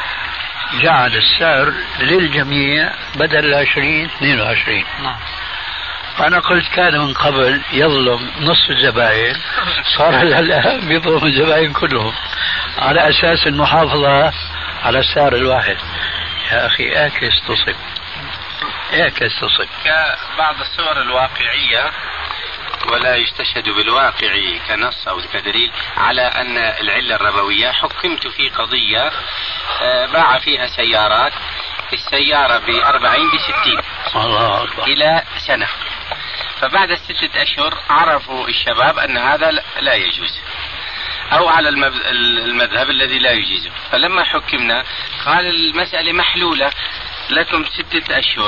جعل السعر للجميع بدل عشرين اثنين وعشرين. فأنا قلت كان من قبل يظلم نصف الزبائن، صار الآن بيظلم الزبائن كلهم على أساس المحافظة على السعر الواحد. يا أخي اعكس تصب، اعكس تصب. كبعض الصور الواقعية ولا يستشهد بالواقع كنص أو كدليل على أن العلة الربوية. حكمت في قضية باع فيها سيارات، السيارة بأربعين بستين إلى سنة، فبعد ستة أشهر عرفوا الشباب أن هذا لا يجوز، أو على المذهب الذي لا يجيزه. فلما حكمنا قال المسألة محلولة، لكم ستة أشهر،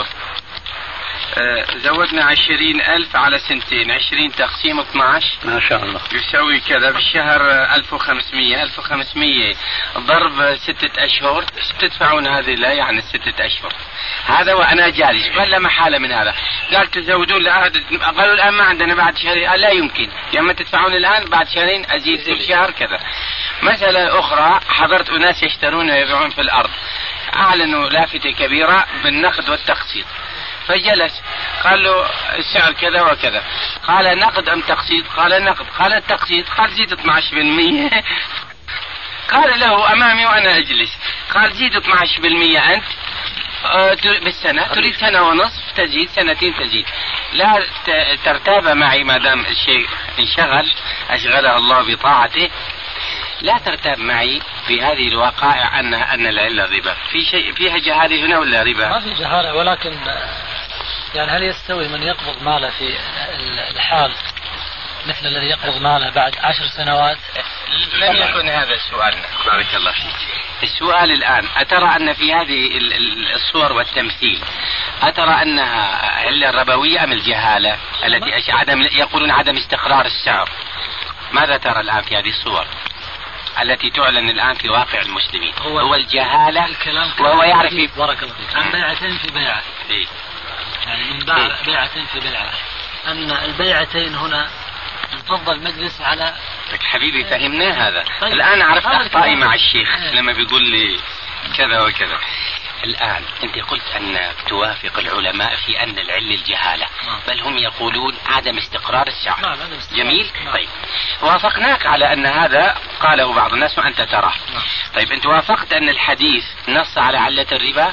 زودنا عشرين ألف على سنتين، عشرين تقسيم اثناعش ما شاء الله يساوي كذا بالشهر ألف وخمسمية. ألف وخمسمية ضرب ستة أشهر تدفعون هذه لا يعني ستة أشهر. هذا وأنا جالس قال لا محالة من هذا. قال تزودون لأحد، قالوا الآن ما عندنا بعد شهرين. قال لا يمكن، يا اما تدفعون الآن بعد شهرين أزيد كل شهر كذا. مسألة أخرى، حضرت أناس يشترون ويبيعون في الأرض، أعلنوا لافتة كبيرة بالنقد والتقسيط، فجلس قال له السعر كذا وكذا، قال نقد أم تقسيط؟ قال نقد. قال التقسيط؟ قال زيد اثناشر بالمية. قال له أمامي وأنا أجلس، قال زيد اثناشر بالمية أنت، بالسنة تريد سنة ونصف تزيد، سنتين تزيد، لا ترتاب معي ما دام الشيء انشغل أشغله الله بطاعته، لا ترتاب معي في هذه الوقائع أن أن العلة ربا. في شيء فيها جهالة هنا ولا ربا؟ ما في جهالة، ولكن يعني هل يستوي من يقبض ماله في الحال مثل الذي يقبض ماله بعد عشر سنوات؟ لن يكن هذا سؤالنا. بارك الله فيك. السؤال الآن، أترى أن في هذه الصور والتمثيل أترى أنها علة ربوية أم الجهالة التي عدم يقولون عدم استقرار السعر؟ ماذا ترى الآن في هذه الصور التي تعلن الآن في واقع المسلمين؟ هو, هو الجهالة، الكلام وهو يعرف بارك الله فيك عن بيعتين في بيعة، يعني من باع بيعتين في بيعة، أن البيعتين هنا انفض المجلس على حبيبي فهمنا هذا. طيب. الآن عرفت أخطائي مع الشيخ لما بيقول لي كذا وكذا. الآن أنت قلت أن توافق العلماء في أن العلة الجهالة، بل هم يقولون عدم استقرار السعر. جميل. طيب وافقناك على أن هذا قاله بعض الناس وأنت تراه. طيب أنت وافقت أن الحديث نص على علة الربا؟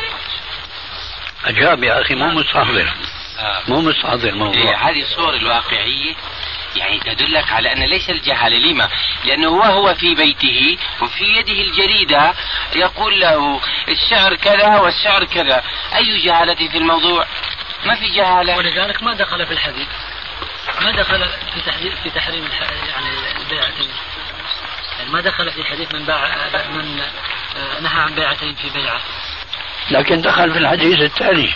أجاب يا أخي، مو مستحضر آه. مو مستحضر الموضوع. إيه هذه الصور الواقعية يعني تدلك على أن ليس الجهالة. لما؟ لأنه هو, هو في بيته وفي يده الجريدة يقول له السعر كذا والسعر كذا، أي جهالة في الموضوع؟ ما في جهالة. ولذلك ما دخل في الحديث، ما دخل في تحريم في تحريم يعني البيعتين، يعني ما دخل في الحديث من باع من نهى عن بيعتين في بيعة، لكن دخل في الحديث الثاني.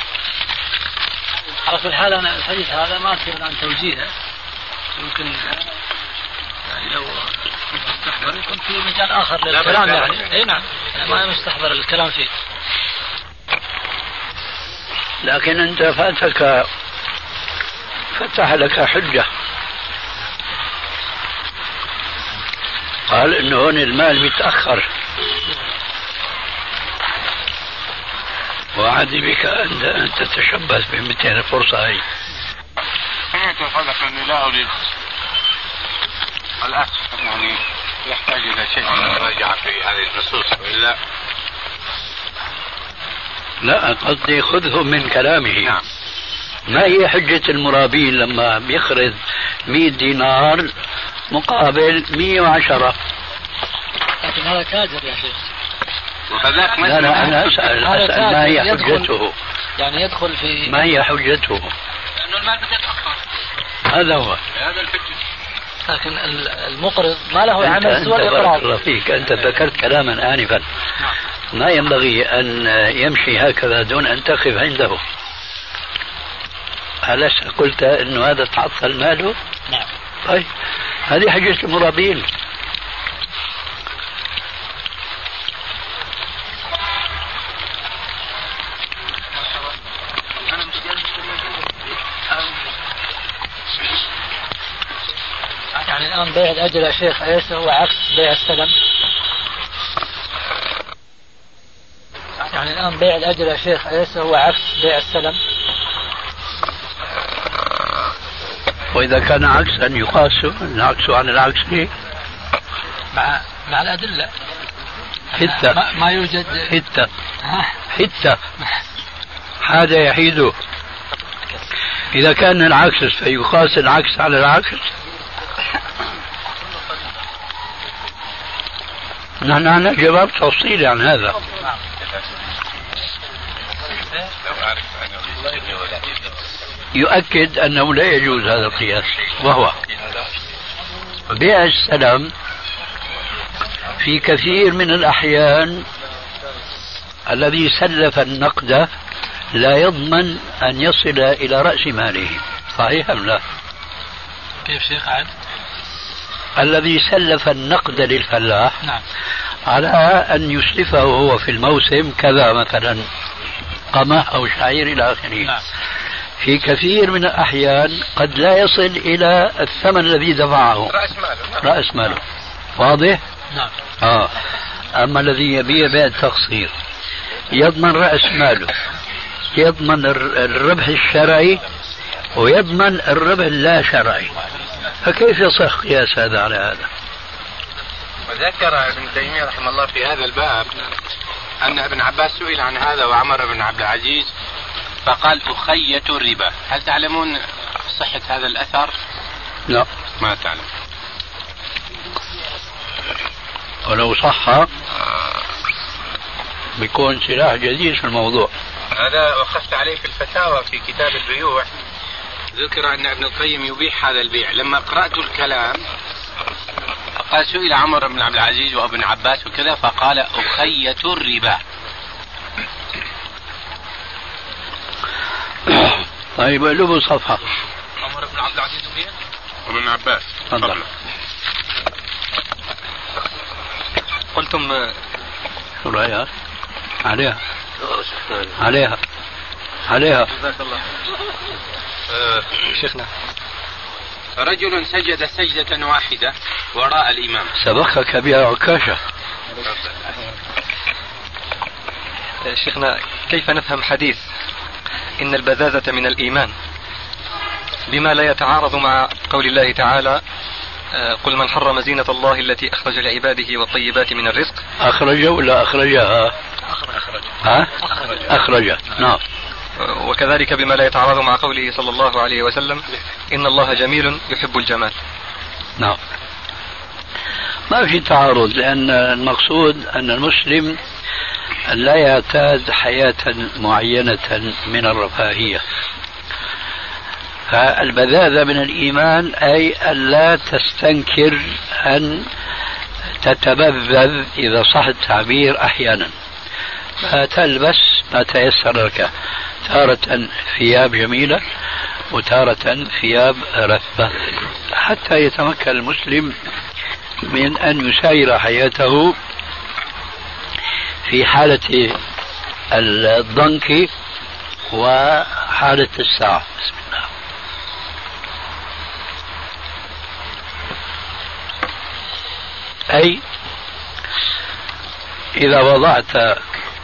على كل حال أنا الحديث هذا ما أصير عن توجيهه، يمكن يعني لو مستحضر يكون في مجال آخر للكلام يعني. أي نعم ما مستحضر الكلام فيه. لكن أنت فاتك فتح لك حجة، قال إنه هون المال بيتأخر، وعد بك أن تتشبث بمثل الفرصة هي. سمعت الحدث أني لا أريد الأخ يعني يحتاج إلى شيء من المراجعة في هذه النصوص وإلا لا قصدي خذه من كلامه. نعم. ما هي حجة المرابين لما بيخرج مئة دينار مقابل مئة وعشرة؟ لكن هذا تاجر يا شيخ. وهذاك لا لا أنا أسأل, أسأل ما هي حجته؟ يعني يدخل في ما هي حجته؟ لأنه المال بدأ يتأخر. هذا هو. هذا الفكر. لكن المقرض ما له عمل سوى الإقراض. الله فيك، أنت ذكرت كلاما آنفا ما ينبغي أن يمشي هكذا دون أن تقف عنده. ألست قلت أنه هذا تعطل ماله؟ نعم. طيب هذه حجة المرابين. يعني الآن بيع الأجل يا شيخ أليس هو عكس بيع السلم؟ يعني الآن بيع الأجل يا شيخ أليس هو عكس بيع السلم؟ وإذا كان عكسا يقاس العكس عن العكس ليه؟ مع مع الأدلة. حتى ما, ما يوجد حتى حتى هذا يحيده. إذا كان العكس فيقاس العكس على العكس. نحن عندنا جواب تفصيلي عن هذا. يؤكد أنه لا يجوز هذا القياس، وهو بيع السلم في كثير من الأحيان الذي سلف النقد لا يضمن أن يصل إلى رأس ماله. صحيح أم لا؟ كيف شيخ عاد؟ الذي سلف النقد للفلاح نعم. على أن يسلفه هو في الموسم كذا مثلا قمح أو شعير إلى آخره. نعم. في كثير من الأحيان قد لا يصل إلى الثمن الذي دفعه رأس ماله. رأس ماله. واضح؟ نعم. آه. أما الذي يبيع بيع التقسيط يضمن رأس ماله، يضمن الربح الشرعي ويضمن الربح اللا شرعي، فكيف يصح قياس هذا على هذا؟ وذكر ابن تيمية رحمه الله في هذا الباب أن ابن عباس سئل عن هذا وعمر بن عبد العزيز فقال أخية الربا. هل تعلمون صحة هذا الأثر؟ لا ما تعلم. ولو صح بيكون سلاح جديد في الموضوع. هذا وقفت عليه في الفتاوى في كتاب البيوع، ذكر أن ابن القيم يبيح هذا البيع. لما قرأت الكلام قال سئل عمر بن عبد العزيز وابن عباس وكذا فقال أخية الربا. طيب له صفحة. عمر بن عبد العزيز ومين؟ وابن عباس. تفضل. قلتم شو رأيك؟ عليها عليها عليها. جزاك الله. آه شيخنا رجل سجد سجدة واحدة وراء الإمام. سبقك بها عكاشة. شيخنا كيف نفهم حديث إن البذاذة من الإيمان بما لا يتعارض مع قول الله تعالى قل من حرم زينة الله التي أخرج لعباده والطيبات من الرزق. أخرج ولا أخرجها؟ أخرج. ها؟ أخرج. نعم. وكذلك بما لا يتعارض مع قوله صلى الله عليه وسلم إن الله جميل يحب الجمال. نعم. ما في تعارض، لأن المقصود أن المسلم لا يعتاد حياة معينة من الرفاهية. فالبذاذة من الإيمان أي ألا تستنكر أن تتبذذ إذا صح التعبير أحيانا، فتلبس ما تيسر لك، تارة ثياب جميلة وتارة ثياب رثة، حتى يتمكن المسلم من أن يساير حياته في حالة الضنك وحالة السعة. بسم الله. أي إذا وضعت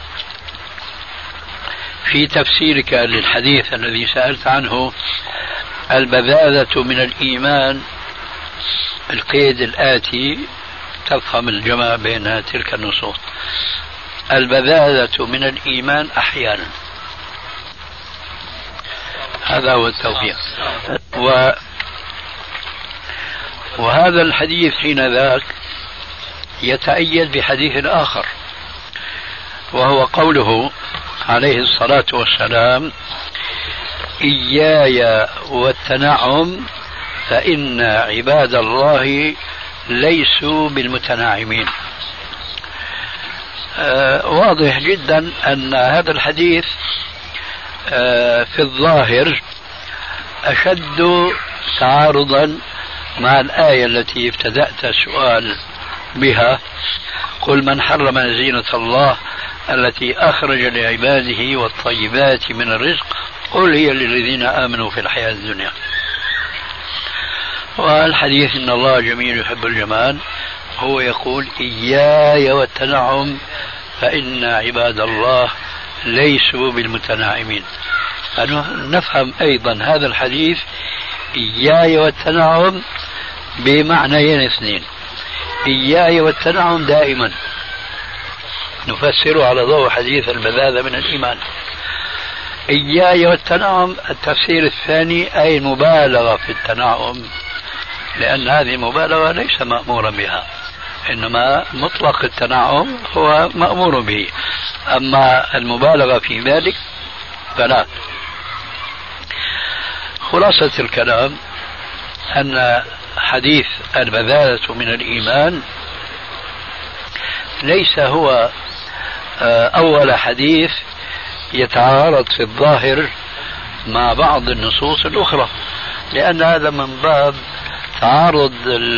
في تفسيرك للحديث الذي سألت عنه البذاذة من الإيمان القيد الآتي، تفهم الجمع بين تلك النصوص. البذاذة من الإيمان أحيانا، هذا هو التوفيق. و وهذا الحديث حين ذاك يتأيد بحديث آخر، وهو قوله عليه الصلاة والسلام إياي والتنعم فإن عباد الله ليسوا بالمتناعمين. آه واضح جدا أن هذا الحديث آه في الظاهر أشد تعارضا مع الآية التي ابتدأت السؤال بها، قل من حرم زينة الله التي أخرج لعباده والطيبات من الرزق قل هي للذين آمنوا في الحياة الدنيا. والحديث إن الله جميل يحب الجمال هو يقول إياي والتنعم فإن عباد الله ليسوا بالمتناعمين. نفهم أيضا هذا الحديث إياي والتنعم بمعنيين اثنين. إياي والتنعم دائما نفسره على ضوء حديث البذاذة من الإيمان. إياي والتنعم التفسير الثاني أي المبالغة في التنعم، لأن هذه المبالغة ليس مأمورا بها، إنما مطلق التنعم هو مأمور به، أما المبالغة في ذلك فلا. خلاصة الكلام أن حديث البذاذة من الإيمان ليس هو أول حديث يتعارض في الظاهر مع بعض النصوص الأخرى، لأن هذا من باب تعارض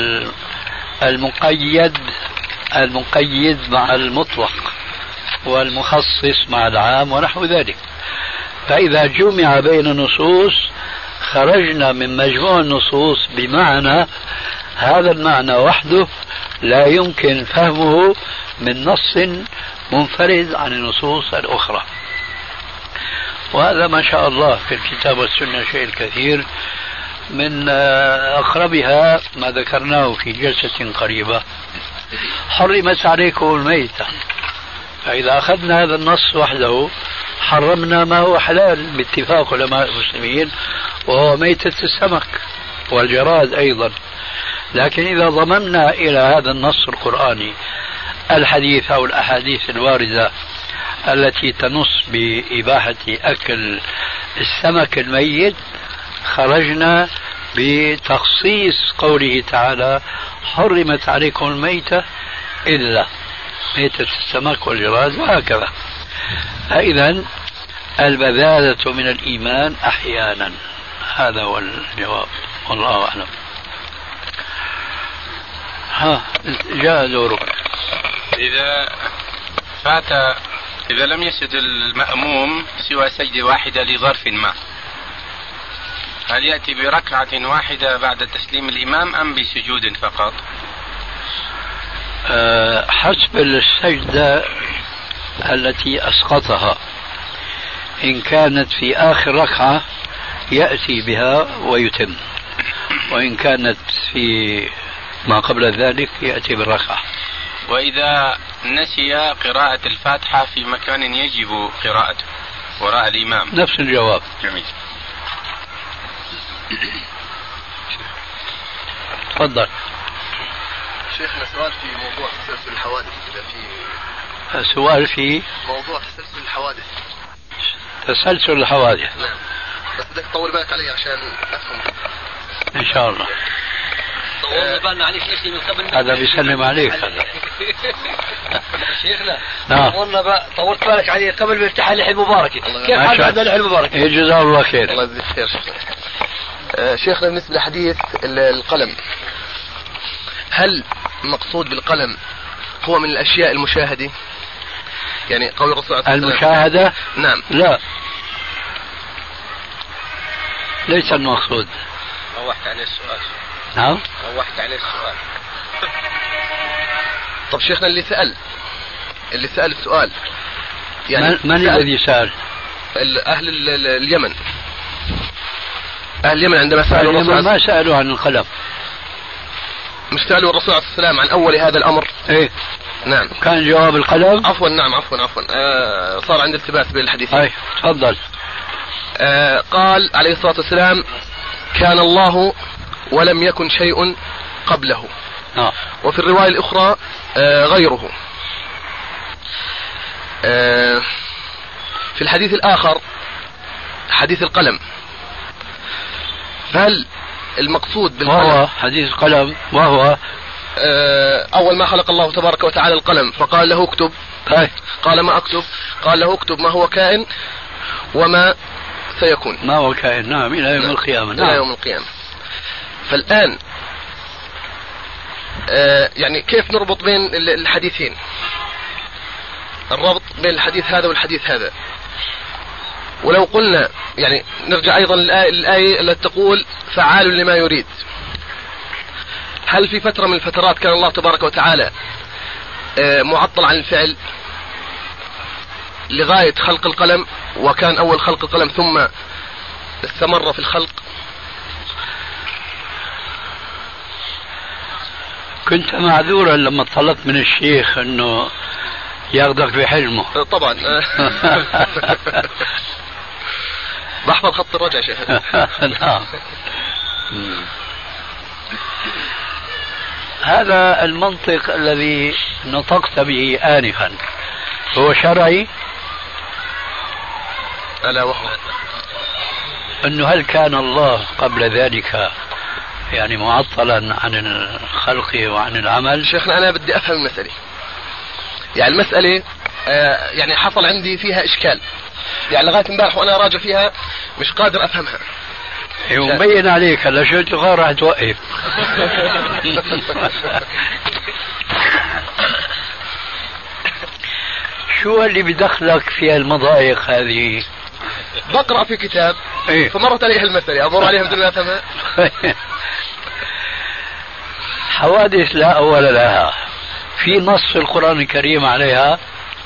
المقيد المقيد مع المطلق والمخصص مع العام ونحو ذلك. فإذا جمع بين النصوص خرجنا من مجموع النصوص بمعنى، هذا المعنى وحده لا يمكن فهمه من نص منفرد عن النصوص الأخرى. وهذا ما شاء الله في الكتاب والسنة شيء الكثير، من أقربها ما ذكرناه في جلسة قريبة: حرمت عليكم الميتة فإذا أخذنا هذا النص وحده حرمنا ما هو حلال باتفاق علماء المسلمين، وهو ميتة السمك والجراد أيضا. لكن إذا ضممنا إلى هذا النص القرآني الحديث أو الأحاديث الواردة التي تنص بإباحة أكل السمك الميت، خرجنا بتخصيص قوله تعالى حرمت عليكم الميتة إلا ميتة السمك والجراد وهكذا. فإذا البذاذة من الإيمان أحيانا. هذا هو الجواب، والله أعلم. ها جاء دورك. إذا فات إذا لم يسجد المأموم سوى سجدة واحدة لظرف ما، هل يأتي بركعة واحدة بعد تسليم الإمام أم بسجود فقط؟ أه حسب السجدة التي أسقطها، إن كانت في آخر ركعة يأتي بها ويتم، وإن كانت في ما قبل ذلك يأتي بالركعة. وإذا نسي قراءة الفاتحة في مكان يجب قراءته وراء الإمام؟ نفس الجواب. جميل. تفضل. شيخنا سؤال في موضوع تسلسل الحوادث. إذا في سؤال في موضوع تسلسل الحوادث. تسلسل الحوادث. نعم، بس بدك تطول بالك علي عشان أفهم إن شاء الله. طولنا بالنا عليك يا أخي من قبل. هذا بيسلم عليك هذا. شيخنا نعم. طولنا بقى طولت بالك علي قبل ما يفتح اللحية المباركة. كيف حال بعد اللحية المباركة؟ جزاه الله خير. الله يجزيك خير. آه شيخنا بالنسبة لحديث القلم، هل المقصود بالقلم هو من الأشياء المشاهدة؟ يعني قول الرسول عليه الصلاة والسلام المشاهدة؟ نعم. لا، ليس المقصود. روحت عليه السؤال. نعم، روحت عليه السؤال. طب شيخنا اللي سأل اللي سأل السؤال يعني من, من الذي سأل؟ أهل اليمن. أهل اليمن عندما سألوا الرسول ما سألوا عن القلم، مش سألوا الرسول عليه السلام عن أول هذا الأمر. إيه نعم. كان جواب القلم. عفوا نعم عفوا عفوا آه صار عند التباس بين الحديثين. أي تفضل. آه قال عليه الصلاة والسلام كان الله ولم يكن شيء قبله. آه. وفي الرواية الأخرى آه غيره. آه في الحديث الآخر حديث القلم، فهل المقصود بالقلم وهو حديث القلم وهو آه أول ما خلق الله تبارك وتعالى القلم فقال له اكتب. هاي. قال ما أكتب؟ قال له اكتب ما هو كائن وما سيكون. ما هو كائن. نعم، إلى يوم القيامة. نعم. إلى يوم القيامة. فالآن آه يعني كيف نربط بين الحديثين؟ الربط بين الحديث هذا والحديث هذا. ولو قلنا يعني نرجع أيضا للآية التي تقول فعال لما يريد، هل في فترة من الفترات كان الله تبارك وتعالى آه معطل عن الفعل لغاية خلق القلم، وكان أول خلق القلم ثم استمر في الخلق؟ كنت معذورا لما طلبت من الشيخ انه ياخذك بحلمه. طبعا. بحفظ خط الرجع شيخ. نعم. هذا المنطق الذي نطقت به آنفا هو شرعي؟ ألا وهو أنه هل كان الله قبل ذلك يعني معطلا عن الخلق وعن العمل؟ شيخنا أنا بدي أفهم المسألة، يعني المسألة آه يعني حصل عندي فيها إشكال، يعني لغاية امبارح وأنا راجع فيها مش قادر أفهمها. مبين عليك هلا شو تغار راح توقف. شو اللي بدخلك في المضايق هذه؟ بقرأ في كتاب إيه؟ فمرت عليها المسألة أمر عليها بدون ما أفهمها. حوادث لا أول لها، في نص في القرآن الكريم عليها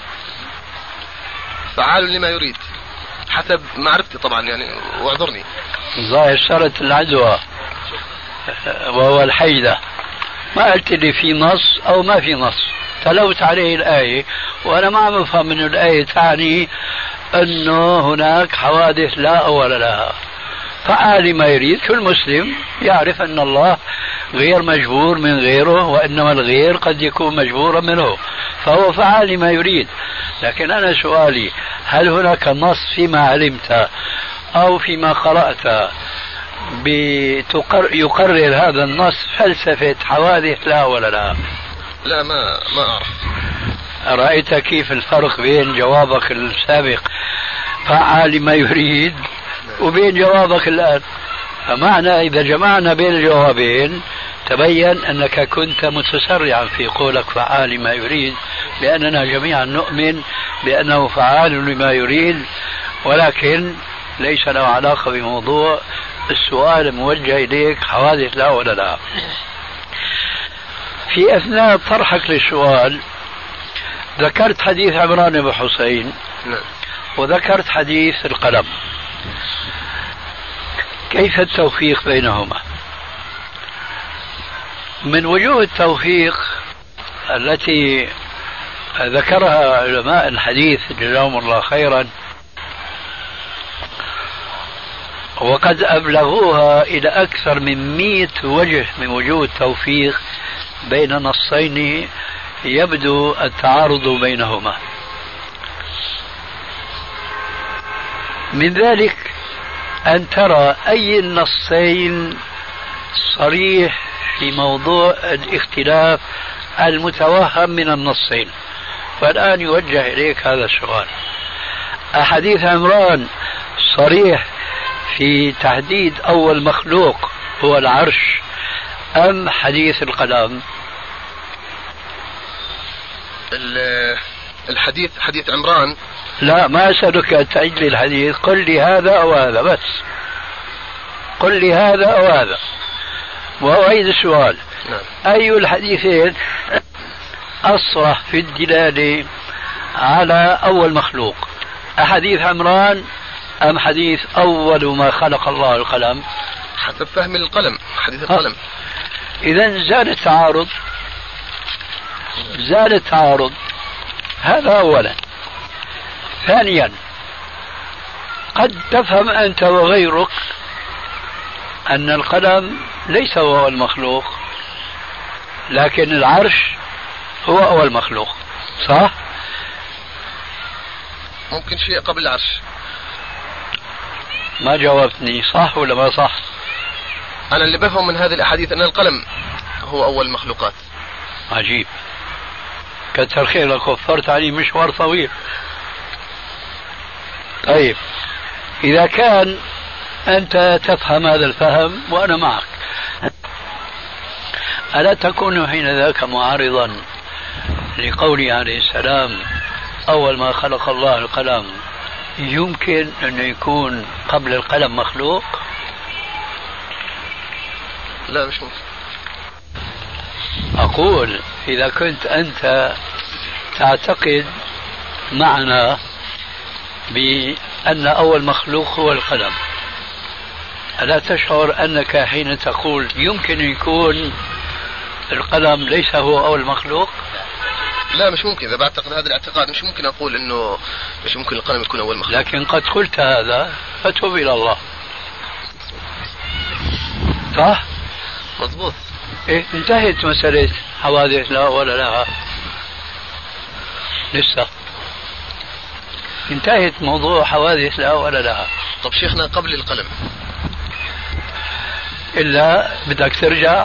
فعال لما يريد حسب معرفتي طبعا يعني، واعذرني. ظاهر صارت العدوى وهو الحيدة، ما قلت لي في نص أو ما في نص. تلوت عليه الآية وأنا ما عم أفهم من الآية تعني أنه هناك حوادث لا أول لها. فعال ما يريد. كل مسلم يعرف أن الله غير مجبور من غيره، وإنما الغير قد يكون مجبورا منه، فهو فعال لما يريد. لكن أنا سؤالي، هل هناك نص فيما علمت أو فيما قرأت يقرر هذا النص فلسفة حوادث لا ولا لا؟ لا، ما ما أعرف. رأيت كيف الفرق بين جوابك السابق فعال لما يريد وبين جوابك الآن؟ فمعنى إذا جمعنا بين الجوابين تبين أنك كنت متسرعا في قولك فعال لما يريد، لأننا جميعا نؤمن بأنه فعال لما يريد، ولكن ليس له علاقة بموضوع السؤال موجه إليك حوادث لا ولا لا. في أثناء طرحك للسؤال ذكرت حديث عمران بن حسين وذكرت حديث القلم. كيف التوفيق بينهما؟ من وجوه التوفيق التي ذكرها علماء الحديث جزاهم الله خيرا وقد أبلغوها إلى أكثر من مئة وجه من وجوه التوفيق بين نصين يبدو التعارض بينهما. من ذلك أن ترى أي النصين صريح في موضوع الاختلاف المتوهم من النصين. فالآن يوجه إليك هذا السؤال: أحاديث عمران صريح في تحديد أول مخلوق هو العرش أم حديث القلم؟ الحديث حديث عمران. لا، ما أسألك أن تعيد لي الحديث، قل لي هذا أو هذا بس، قل لي هذا أو هذا وأعيد السؤال. نعم. أي الحديثين أصرح في الدلالة على أول مخلوق، أحاديث عمران أم حديث أول ما خلق الله القلم؟ حسب فهم القلم، حديث القلم. إذن زال التعارض، زال التعارض. هذا أولا. ثانيا، قد تفهم أنت وغيرك أن القلم ليس هو أول مخلوق، لكن العرش هو أول مخلوق، صح؟ ممكن شيء قبل العرش. ما جاوبتني، صح ولا ما صح؟ أنا اللي بفهم من هذه الأحاديث أن القلم هو أول المخلوقات. عجيب، كتر خيرك، وفرت علي مشوار طويل. طيب، إذا كان أنت تفهم هذا الفهم وأنا معك، ألا تكون حين ذاك معارضا لقوله عليه السلام أول ما خلق الله القلم؟ يمكن أن يكون قبل القلم مخلوق؟ لا، مش ممكن. أقول إذا كنت أنت تعتقد معنا بأن أول مخلوق هو القلم، ألا تشعر أنك حين تقول يمكن يكون القلم ليس هو أول مخلوق؟ لا، مش ممكن. إذا بعتقد هذا الاعتقاد مش ممكن أقول إنه مش ممكن القلم يكون أول مخلوق. لكن قد قلت هذا فتوب إلى الله، صح؟ مضبوط. إيه، انتهت مسألة حوادث لا ولا لا، لسه انتهت موضوع حوادث لا ولا لا. طب شيخنا قبل القلم إلا بدك ترجع؟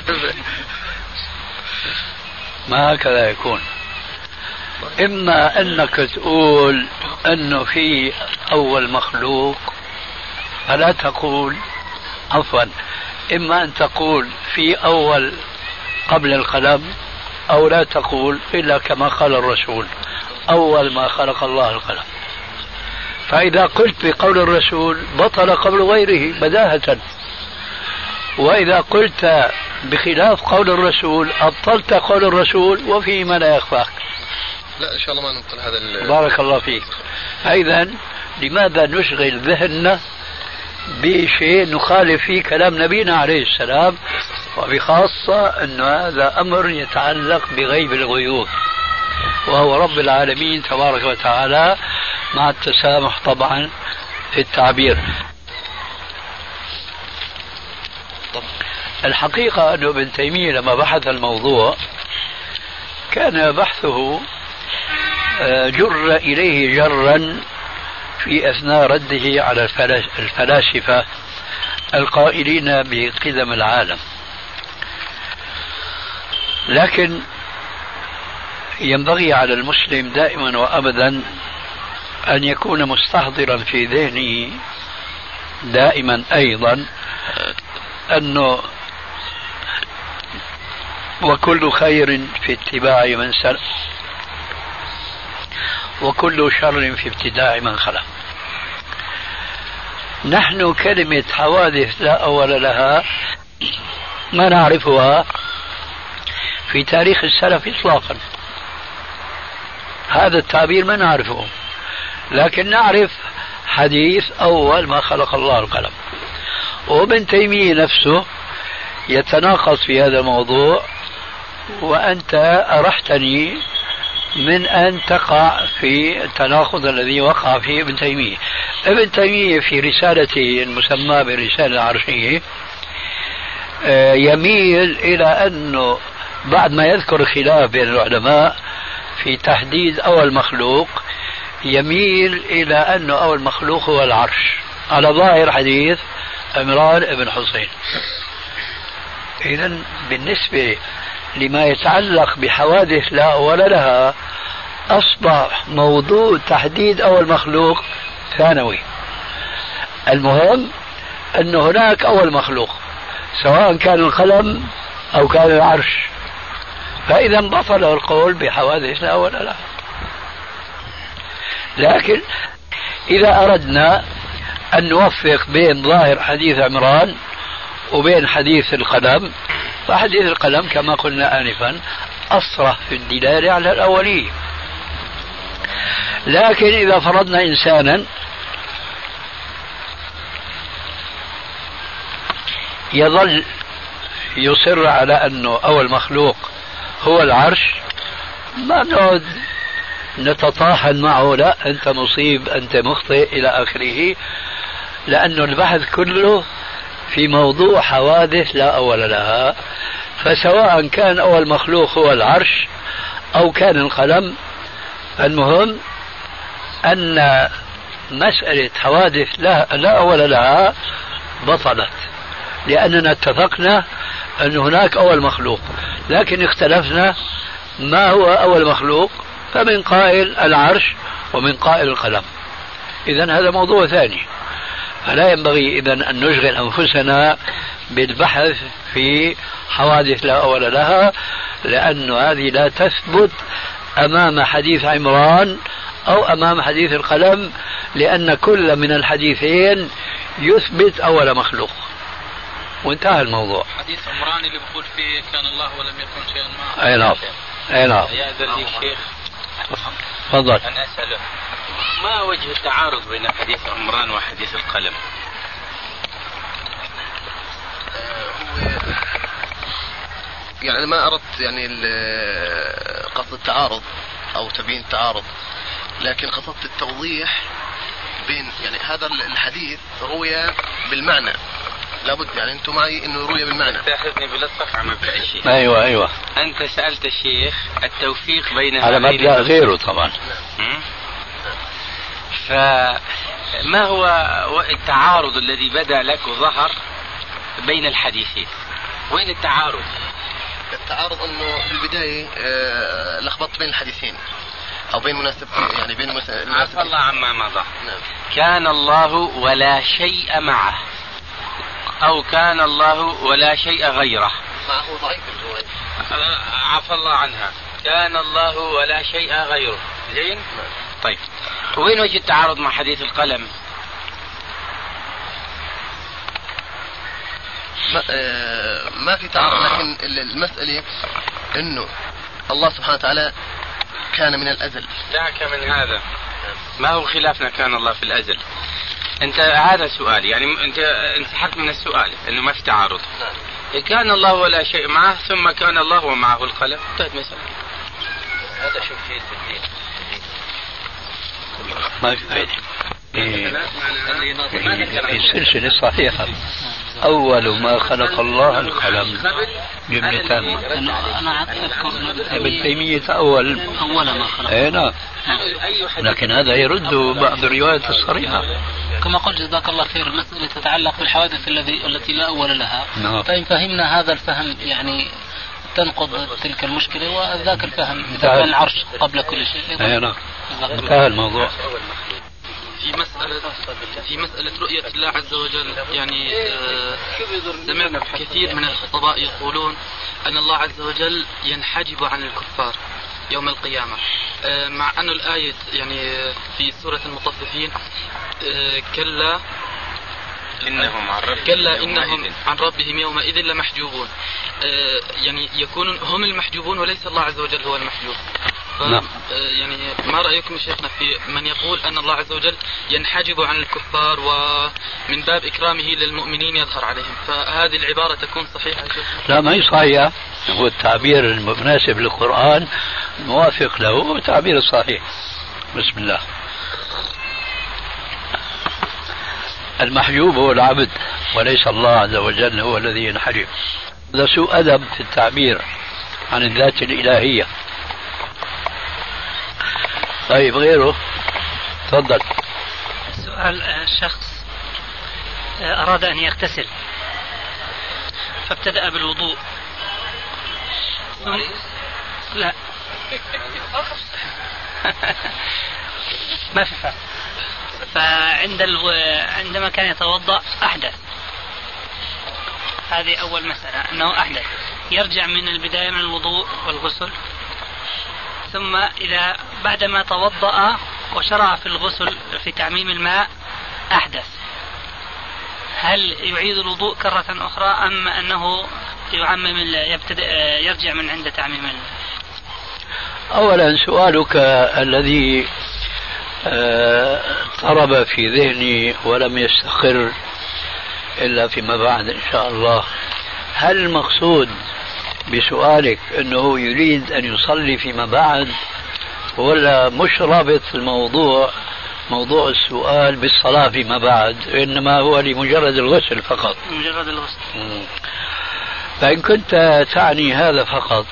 ما هكذا يكون. إما أنك تقول أنه في أول مخلوق فلا تقول، عفوا، إما أن تقول في أول قبل القلم، أو لا تقول إلا كما قال الرسول أول ما خلق الله القلم. فإذا قلت بقول الرسول بطل قول غيره بداهة، وإذا قلت بخلاف قول الرسول أبطلت قول الرسول وفيه ما لا يخفاك. لا، إن شاء الله ما نبطل هذا. بارك الله فيك. فإذا لماذا نشغل ذهننا بشيء نخالف فيه كلام نبينا عليه السلام وبخاصة أن هذا أمر يتعلق بغيب الغيوب، وهو رب العالمين تبارك وتعالى، مع التسامح طبعا في التعبير. الحقيقة أن ابن تيمية لما بحث الموضوع كان بحثه جر إليه جرا في أثناء رده على الفلاسفة القائلين بقدم العالم، لكن ينبغي على المسلم دائما وأبدا أن يكون مستحضرا في ذهنه دائما أيضا أنه وكل خير في اتباع من سلف وكل شر في ابتداع من خلف. نحن كلمة حوادث لا أول لها ما نعرفها في تاريخ السلف إطلاقا، هذا التعبير ما نعرفه، لكن نعرف حديث أول ما خلق الله القلم. وابن تيمية نفسه يتناقض في هذا الموضوع، وأنت أرحتني من أن تقع في التناقض الذي وقع فيه ابن تيمية. ابن تيمية في رسالته المسمى برسالة العرشية يميل إلى أنه بعد ما يذكر خلاف بين العلماء في تحديد أول مخلوق، يميل إلى أنه أول مخلوق هو العرش على ظاهر حديث عمران بن حسين. إذن بالنسبة لما يتعلق بحوادث لا أول لها أصبح موضوع تحديد أول مخلوق ثانوي. المهم أن هناك أول مخلوق سواء كان القلم أو كان العرش، فإذا بطل القول بحوادث لا أول لها. لكن إذا أردنا أن نوفق بين ظاهر حديث عمران وبين حديث القلم، فحديث القلم كما قلنا آنفا أصرح في الدلالة على الأولية. لكن إذا فرضنا إنسانا يظل يصر على أنه أول مخلوق هو العرش، ما نقعد نتطاحن معه، لا أنت مصيب أنت مخطئ إلى آخره، لأنه البحث كله في موضوع حوادث لا أول لها. فسواء كان أول مخلوق هو العرش أو كان القلم، المهم أن مسألة حوادث لا, لا أول لها بطلت، لأننا اتفقنا أن هناك أول مخلوق، لكن اختلفنا ما هو أول مخلوق، فمن قائل العرش ومن قائل القلم. إذن هذا موضوع ثاني، فلا ينبغي إذن أن نشغل أنفسنا بالبحث في حوادث لا أول لها، لأن هذه لا تثبت أمام حديث عمران أو أمام حديث القلم، لأن كل من الحديثين يثبت أول مخلوق، وانتهى الموضوع. حديث عمران اللي بقول فيه كان الله ولم يكن شيئا معه. أي نعم أي نعم. يا ذا الشيخ تفضل. أنا أسأله ما وجه التعارض بين حديث عمران وحديث القلم؟ يعني أنا ما أردت يعني قصد التعارض أو تبيين التعارض، لكن قصدت التوضيح بين يعني هذا الحديث روي بالمعنى، لابد يعني أنتم معي إنه روي بالمعنى. تأخذني بلطف على مبدأ الشيخ. أيوة أيوة. أنت سألت الشيخ التوفيق بين على مبدأ غيره طبعا. فما هو التعارض الذي بدا لك وظهر بين الحديثين؟ وين التعارض؟ التعارض انه في البدايه آه لخبطت بين الحديثين او بين مناسب يعني بين المناسب. عفى الله عما مضى. نعم. كان الله ولا شيء معه، او كان الله ولا شيء غيره. معه ضعيف الروايه. عفى الله عنها. كان الله ولا شيء غيره. زين؟ نعم. طيب وين وجه التعارض مع حديث القلم؟ ما, آه ما في تعارض، لكن المسألة انه الله سبحانه وتعالى كان من الازل. دعك من هذا، ما هو خلافنا كان الله في الازل؟ انت هذا سؤال، يعني انت انسحبت من السؤال انه ما في تعارض. نعم. كان الله ولا شيء معه ثم كان الله ومعه القلم انتهت مسألة. هذا شو في الدين ما في فائدة. في سلسلة صحيحة أول ما خلق الله القلم جملة تامة. أنا ابن تيمية أول أول ما خلق. أي نعم. لكن هذا يرد بعض الروايات الصريحة. كما قلت جزاك الله خير، المسألة تتعلق بالحوادث الذي التي لا أول لها. نعم. فإن فهمنا هذا الفهم يعني تنقض تلك المشكلة، وذاك الفهم إذا كان العرش قبل كل شيء. أي نعم. انتهى الموضوع. في مسألة في مسألة رؤية الله عز وجل، يعني آه سمعنا كثير من الخطباء يقولون أن الله عز وجل ينحجب عن الكفار يوم القيامة، آه مع أن الآية يعني في سورة المطففين آه كلا إنهم عن ربهم كلا إنهم عن ربهم يومئذ لمحجوبون، آه يعني يكون هم المحجوبون وليس الله عز وجل هو المحجوب. نعم. يعني ما رأيكم شيخنا في من يقول أن الله عز وجل ينحجب عن الكفار ومن باب إكرامه للمؤمنين يظهر عليهم، فهذه العبارة تكون صحيحة؟ لا ما هي صحيحة، هو التعبير المناسب للقرآن موافق له والتعبير الصحيح. بسم الله. المحجوب هو العبد وليس الله عز وجل هو الذي ينحجب. هذا سوء أدب في التعبير عن الذات الإلهية. طيب غيره تفضل. سؤال الشخص أراد أن يغتسل فابتدأ بالوضوء لا ما في فرق، فعند الو... عندما كان يتوضأ أحدث. هذه أول مسألة، أنه أحدث يرجع من البداية من الوضوء والغسل، ثم إذا بعدما توضأ وشرع في الغسل في تعميم الماء أحدث، هل يعيد الوضوء كرة أخرى أم أنه يعمم يبتدئ يرجع من عند تعميم الماء؟ أولا سؤالك الذي طرب في ذهني ولم يستقر إلا فيما بعد إن شاء الله، هل المقصود بسؤالك أنه يريد أن يصلي فيما بعد، ولا مش رابط الموضوع موضوع السؤال بالصلاة فيما بعد، إنما هو لمجرد الغسل فقط؟ مجرد الغسل. فإن كنت تعني هذا فقط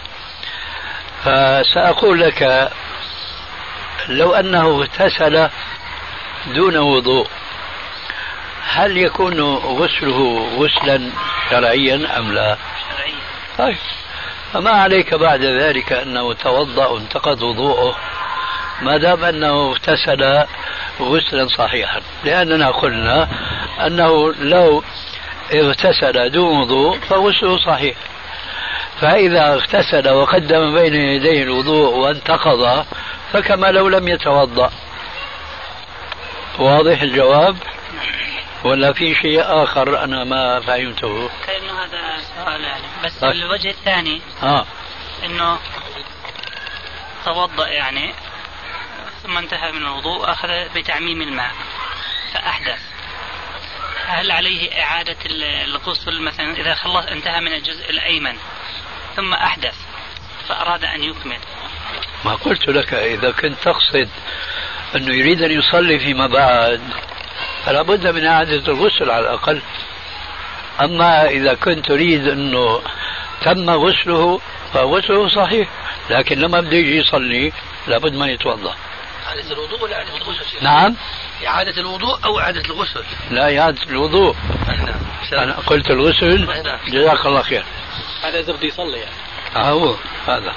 فسأقول لك لو أنه اغتسل دون وضوء هل يكون غسله غسلا شرعيا أم لا؟ شرعيا. طيب فما عليك بعد ذلك أنه توضأ وانتقض وضوءه ما دام أنه اغتسل غسلا صحيحا، لأننا قلنا أنه لو اغتسل دون وضوء فغسله صحيح، فإذا اغتسل وقدم بين يديه الوضوء وانتقض فكما لو لم يتوضأ. واضح الجواب ولا في شيء آخر أنا ما فهمته؟ كأنه هذا سؤال يعني، بس طيب. الوجه الثاني آه. إنه توضأ يعني ثم انتهى من الوضوء أخذ بتعميم الماء فأحدث، هل عليه إعادة الغسل مثلا إذا خلص انتهى من الجزء الأيمن ثم أحدث فأراد أن يكمل؟ ما قلت لك إذا كنت تقصد أنه يريد أن يصلي فيما بعد فلا بد من إعادة الغسل على الأقل، أما إذا كنت تريد أنه تم غسله فغسله صحيح، لكن لما بده يجي يصلي لابد ما يتوضأ. إعادة الوضوء ولا إعادة الغسل؟ نعم، إعادة الوضوء أو إعادة الغسل؟ لا، إعادة الوضوء. أنا قلت الغسل. جزاك الله خير. هذا إذا بده يصلي يعني. آه هو هذا.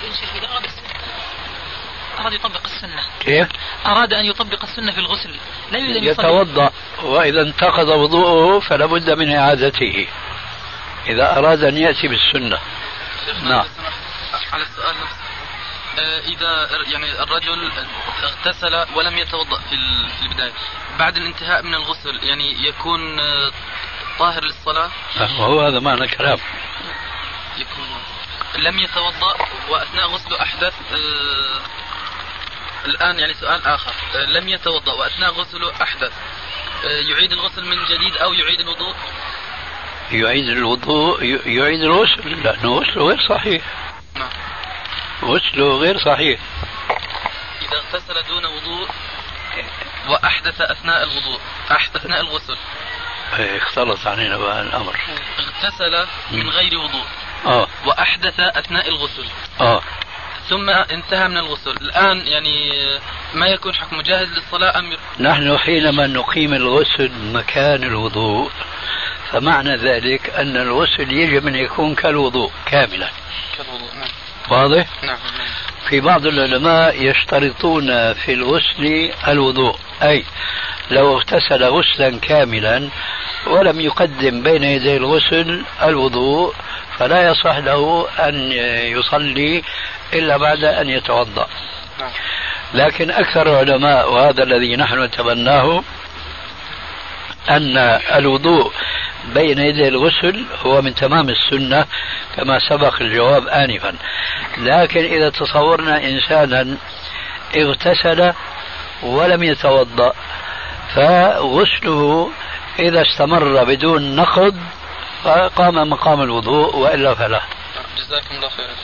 أراد يطبق السنة. كيف؟ أراد أن يطبق السنة في الغسل، لا يريد أن يصلي. يتوضأ وإذا انتقض وضوءه فلا بد من إعادته إذا أراد أن يأتي بالسنة. نعم. على السؤال نفسه، إذا يعني الرجل اغتسل ولم يتوضأ في في البداية، بعد الانتهاء من الغسل يعني يكون طاهر للصلاة؟ وهو هذا معنى الكلام. يكون لم يتوضأ وأثناء غسله أحدث. آه الآن يعني سؤال آخر، آه لم يتوضأ وأثناء غسله أحدث، آه يعيد الغسل من جديد أو يعيد الوضوء؟ يعيد الوضوء يعيد الغسل لأنه غسله غير صحيح. نعم. غسله غير صحيح. إذا اغتسل دون وضوء وأحدث أثناء الوضوء أحدث أثناء الغسل. اختلط علينا بقى الأمر. اغتسل من غير وضوء آه. وأحدث أثناء الغسل آه. ثم انتهى من الغسل، الآن يعني ما يكون حكم جاهز للصلاة أم؟ نحن حينما نقيم الغسل مكان الوضوء فمعنى ذلك أن الغسل يجب أن يكون كالوضوء كاملا. كالوضوء. نعم. واضح؟ نعم. في بعض العلماء يشترطون في الغسل الوضوء، أي لو اغتسل غسلا كاملا ولم يقدم بين يدي الغسل الوضوء فلا يصح له أن يصلي إلا بعد أن يتوضأ. لكن أكثر العلماء، وهذا الذي نحن نتبناه، أن الوضوء بين يدي الغسل هو من تمام السنة كما سبق الجواب آنفا. لكن إذا تصورنا إنسانا اغتسل ولم يتوضأ فغسله إذا استمر بدون نقض فقام مقام الوضوء وإلا فلا. جزاكم الله خيرا.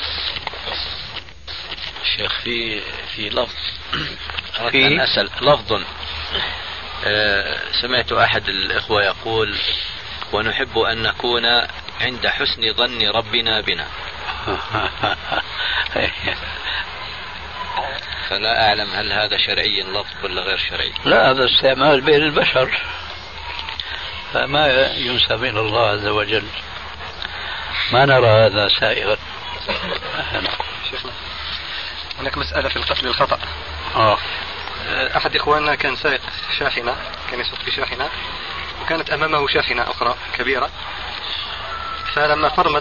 شيخ في في لفظ أردت أن أسأل لفظ أه سمعت أحد الإخوة يقول ونحب أن نكون عند حسن ظن ربنا بنا فلا أعلم هل هذا شرعي اللفظ ولا غير شرعي. لا، هذا استعمال بين البشر فما ينسب إلى الله عز وجل، ما نرى هذا سائغا. هناك مسألة في القتل الخطأ. آه. أحد إخواننا كان سائق شاحنة، كان يسوق في شاحنة وكانت أمامه شاحنة أخرى كبيرة، فلما فرمل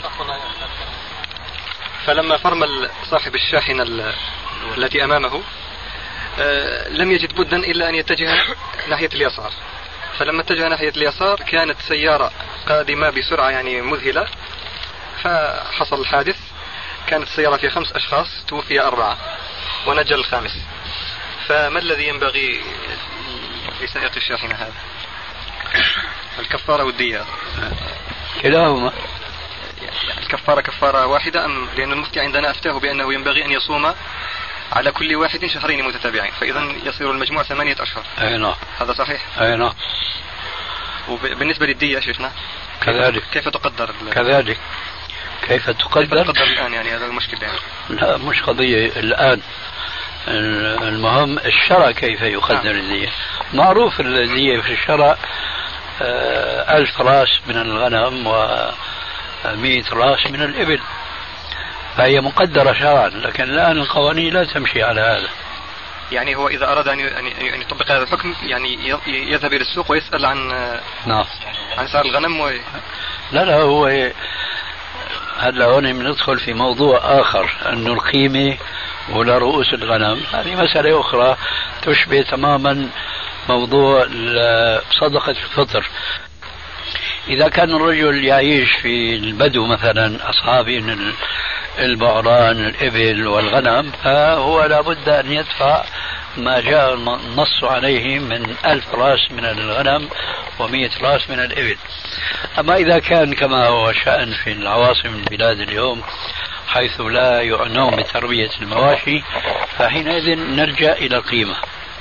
فلما فرمل صاحب الشاحنة التي أمامه لم يجد بدا إلا أن يتجه ناحية اليسار. فلما اتجه ناحية اليسار كانت سيارة قادمة بسرعة يعني مذهلة، فحصل الحادث. كانت السيارة فيها خمس أشخاص، توفي أربعة ونجا الخامس. فما الذي ينبغي لسائق الشاحنة هذا؟ الكفارة والدية كلاهما. الكفارة كفارة واحدة أم؟ لأن المفتي عندنا أفتاه بأنه ينبغي أن يصوم على كل واحد شهرين متتابعين، فإذا يصير المجموع ثمانية أشهر. أي نعم. هذا صحيح؟ أي نعم. وبالنسبة للدية شيخنا كذلك. كيف تقدر؟ كذلك. كيف تقدر؟ كيف تقدر الآن يعني هذا المشكلة يعني؟ لا، مش قضية الآن، المهم الشرع كيف يقدر الدية. معروف الدية في الشرع ألف راس من الغنم ومئة راس من الإبل، فهي مقدرة شرعا، لكن الآن القوانين لا تمشي على هذا. يعني هو إذا أراد أن يطبق هذا الحكم يعني يذهب إلى السوق ويسأل عن نعم عن سعر الغنم و... لا لا هو هلا هون بندخل في موضوع آخر، أن القيمة ولا رؤوس الغنم هذه مسألة أخرى تشبه تماما موضوع صدقة الفطر. إذا كان الرجل يعيش في البدو مثلا أصحاب البعران الإبل والغنم فهو لابد أن يدفع ما جاء النص عليه من ألف راس من الغنم ومئة راس من الإبل. أما إذا كان كما هو شأن في العواصم البلاد اليوم حيث لا يعنون بتربية المواشي فحينئذ نرجع إلى القيمة.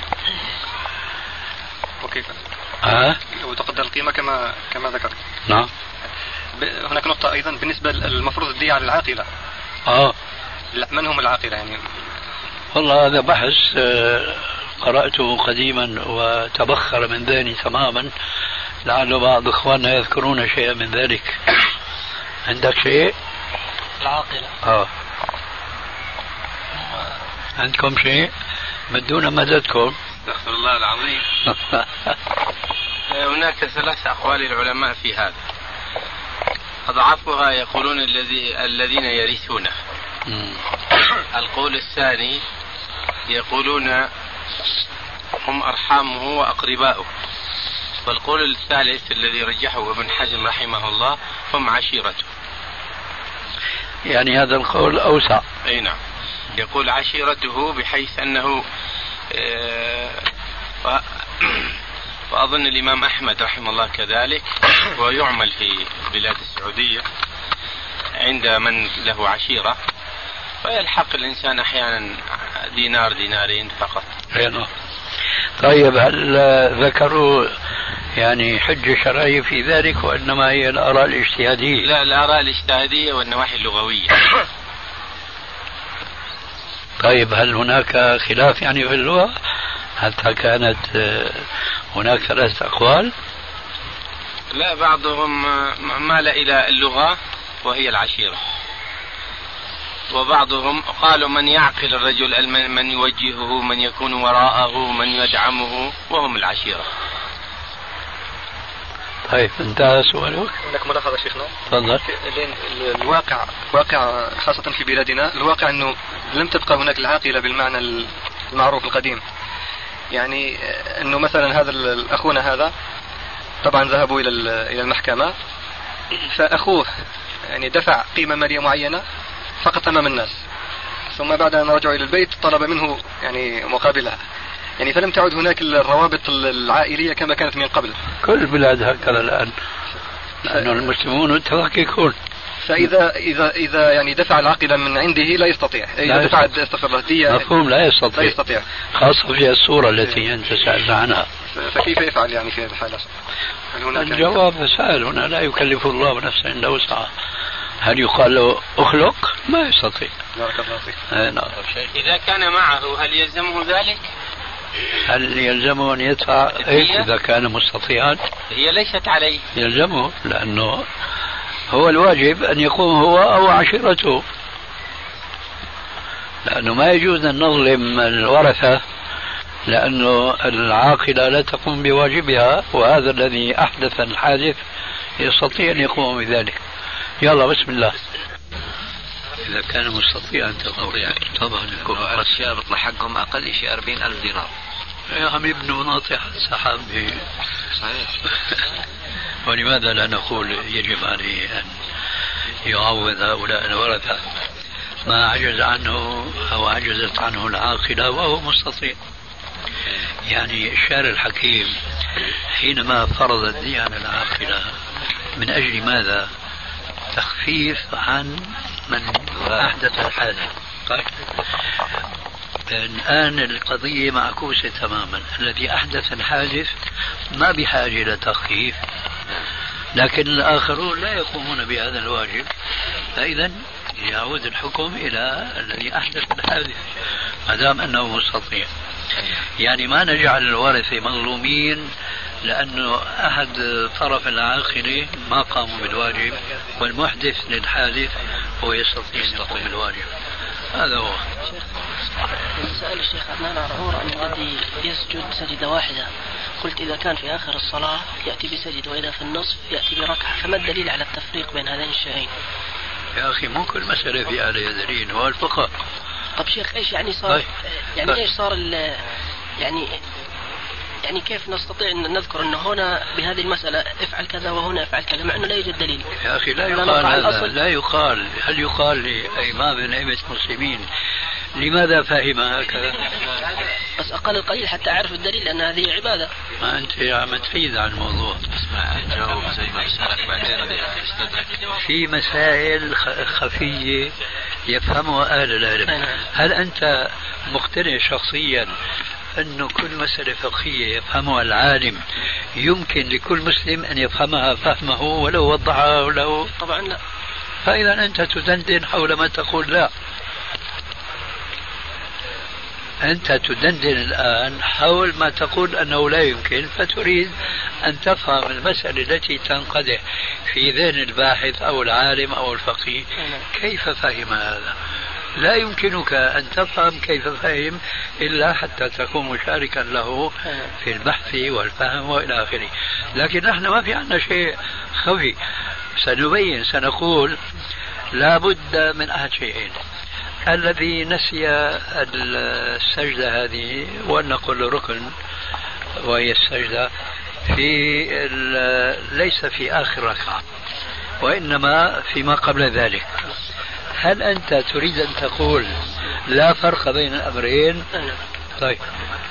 وكيف؟ ها؟ وتقدر القيمة كما كما ذكرت. نعم. هناك نقطة أيضا بالنسبة للمفروض الدية على العاقلة. آه. من هم العاقلة يعني؟ والله هذا بحث قرأته قديما وتبخر من ذهني تماما، لعل بعض إخواننا يذكرون شيئا من ذلك. عندك شيء؟ العاقلة. آه. عندكم شيء؟ مدونا مددكم. استغفر الله العظيم. هناك ثلاث أقوال العلماء في هذا. أضعفها يقولون الذي الذين يرثونه. القول الثاني يقولون هم أرحامه وأقرباؤه. والقول الثالث الذي رجحه ابن حزم رحمه الله هم عشيرته. يعني هذا القول أوسع. أي نعم. يقول عشيرته بحيث أنه وأظن الإمام أحمد رحمه الله كذلك، ويعمل في بلاد السعودية عند من له عشيرة، فيلحق الإنسان أحيانا دينار دينارين فقط. طيب، هل ذكروا يعني حجة شرعية في ذلك وإنما هي الآراء الاجتهادية؟ لا، الآراء الاجتهادية والنواحي اللغوية. طيب، هل هناك خلاف يعني في اللغة حتى كانت هناك ثلاثة أقوال؟ لا، بعضهم مال إلى اللغة وهي العشيرة، وبعضهم قالوا من يعقل الرجل، من يوجهه، من يكون وراءه، من يدعمه، وهم العشيرة. طيب، انتهى سؤالك؟ عندك ملاحظة شيخنا؟ تفضل. الواقع واقع خاصة في بلادنا، الواقع أنه لم تبقى هناك العاقلة بالمعنى المعروف القديم. يعني أنه مثلا هذا أخونا هذا طبعا ذهبوا إلى إلى المحكمة، فأخوه يعني دفع قيمة مالية معينة فقط أمام الناس، ثم بعد أن رجعوا إلى البيت طلب منه يعني مقابلها، يعني فلم تعد هناك الروابط العائلية كما كانت من قبل. كل البلاد هكذا الآن، لأنه المسلمون متفككون. فإذا إذا إذا يعني دفع العاقلة من عنده لا يستطيع، إذا دفع استغفر الله دية مفهوم لا يستطيع. لا يستطيع، خاصة في الصورة التي أنت سألت عنها. فكيف يفعل يعني في هذه الحالة؟ الجواب سهل، هنا لا يكلف الله نفسا إلا وسعها. هل يقال له اخلق؟ ما يستطيع. بارك الله فيك. إذا كان معه هل يلزمه ذلك؟ هل يلزمه أن يدفع إيه إذا كان مستطيعا؟ هي ليست عليه. يلزمه، لأنه هو الواجب أن يقوم هو أو عشيرته، لأنه ما يجوز أن نظلم الورثة، لأنه العاقلة لا تقوم بواجبها، وهذا الذي أحدث الحادث يستطيع أن يقوم بذلك. يلا بسم الله. إذا كان مستطيعا تستطيع طبعا يكون الأشياء بيطلع حقهم أقل شيء أربعين ألف دينار. يا عم يبنوا ناطحة سحاب. صحيح. ولماذا لا نقول يجب عليه أن يعوض هؤلاء الورثة ما عجز عنه أو عجزت عنه العاقلة وهو مستطيع؟ يعني الشارع الحكيم حينما فرض الديانة العاقلة من أجل ماذا؟ تخفيف عن من أحدث الحادث. الآن القضية معكوسة تماما، الذي أحدث الحادث ما بحاجة إلى تخفيف، لكن الآخرون لا يقومون بهذا الواجب، فإذا يعود الحكم إلى الذي أحدث الحادث ما دام أنه مستطيع. يعني ما نجعل الورثة مظلومين لأنه أحد طرف العاقلة ما قاموا بالواجب، والمحدث للحادث هو يستطيع أن يقوم بالواجب. هذا هو. سأل الشيخ عدنان عرعور أن الذي يسجد سجدة واحدة، قلت إذا كان في آخر الصلاة يأتي بسجد وإذا في النصف يأتي بركعة، فما الدليل على التفريق بين هذين الشيئين؟ يا أخي مو كل مسألة في عليها دليل، هو الفقه. طب شيخ إيش يعني صار؟ يعني إيش صار يعني يعني كيف نستطيع أن نذكر أن هنا بهذه المسألة افعل كذا وهنا افعل كذا مع أنه لا يوجد دليل؟ يا أخي لا يقال هذا، لا يقال. هل يقال لأئمة من أئمة المسلمين لماذا فهم هكذا؟ بس أقل القليل حتى أعرف الدليل، لأن هذه عبادة. ما أنت عم تفيد عن الموضوع. اسمع جاوب زي ما بسألك بعدين. في مسائل خفية يفهمها أهل العلم. هل أنت مقتنع شخصيا أنه كل مسألة فقهية يفهمها العالم يمكن لكل مسلم أن يفهمها فهمه ولو وضعها له؟ طبعا لا. فإذا أنت تدندن حول ما تقول لا. أنت تدندن الآن حول ما تقول أنه لا يمكن، فتريد أن تفهم المسألة التي تنقدح في ذهن الباحث أو العالم أو الفقيه كيف فهم هذا. لا يمكنك أن تفهم كيف فهم إلا حتى تكون مشاركا له في البحث والفهم وإلى آخره. لكن نحن ما في عندنا شيء خفي، سنبين سنقول لا بد من أحد شيئين: الذي نسي السجدة هذه، ولنقل ركن وهي السجدة، في ليس في آخر ركعة وإنما فيما قبل ذلك. هل أنت تريد أن تقول لا فرق بين الأمرين؟ طيب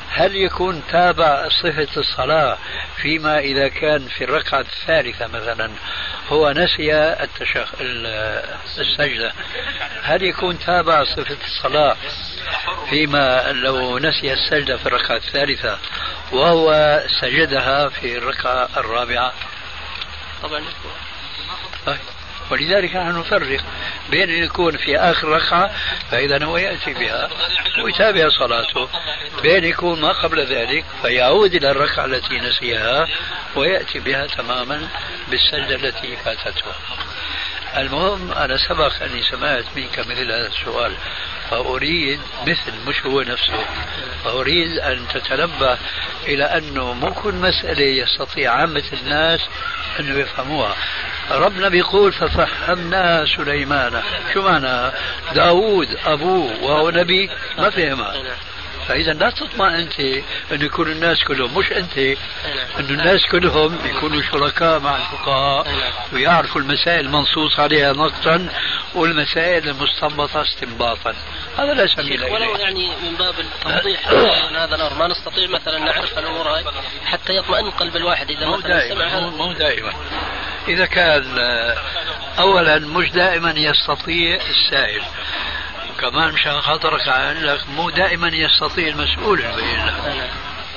هل يكون تابع صفة الصلاة فيما إذا كان في الركعة الثالثة مثلا هو نسي التشخ... السجدة، هل يكون تابع صفة الصلاة فيما لو نسي السجدة في الركعة الثالثة وهو سجدها في الركعة الرابعة؟ طبعا. طيب. ولذلك نحن نفرق بين أن يكون في آخر ركعة فإذا هو يأتي بها ويتابع صلاته، بين يكون ما قبل ذلك فيعود إلى الركعة التي نسيها ويأتي بها تماما بالسجدة التي فاتته. المهم أنا سبق أني سمعت منك مثل هذا السؤال، فأريد مثل مش هو نفسه، فأريد أن تتنبه إلى أنه مو كل مسألة يستطيع عامة الناس أن يفهموها. ربنا بيقول ففهمنا سليمان، شو معنى؟ داود أبوه وهو نبي ما فهمها. فإذا لا تطمع أنت أن يكون الناس كلهم، مش أنت، أن الناس كلهم يكونوا شركاء مع الفقهاء ويعرفوا المسائل المنصوص عليها نصا والمسائل المستنبطة استنباطا. هذا لا سبيل إليه. ولو يعني من باب التوضيح من هذا الأمر ما نستطيع مثلا نعرف الأمور هاي حتى يطمئن قلب الواحد إذا مثلا سمع هذا. مو دائما. إذا كان أولا مش دائما يستطيع السائل، كمان مشان خاطرك أقول لك مو دائما يستطيع المسؤول يبين لك.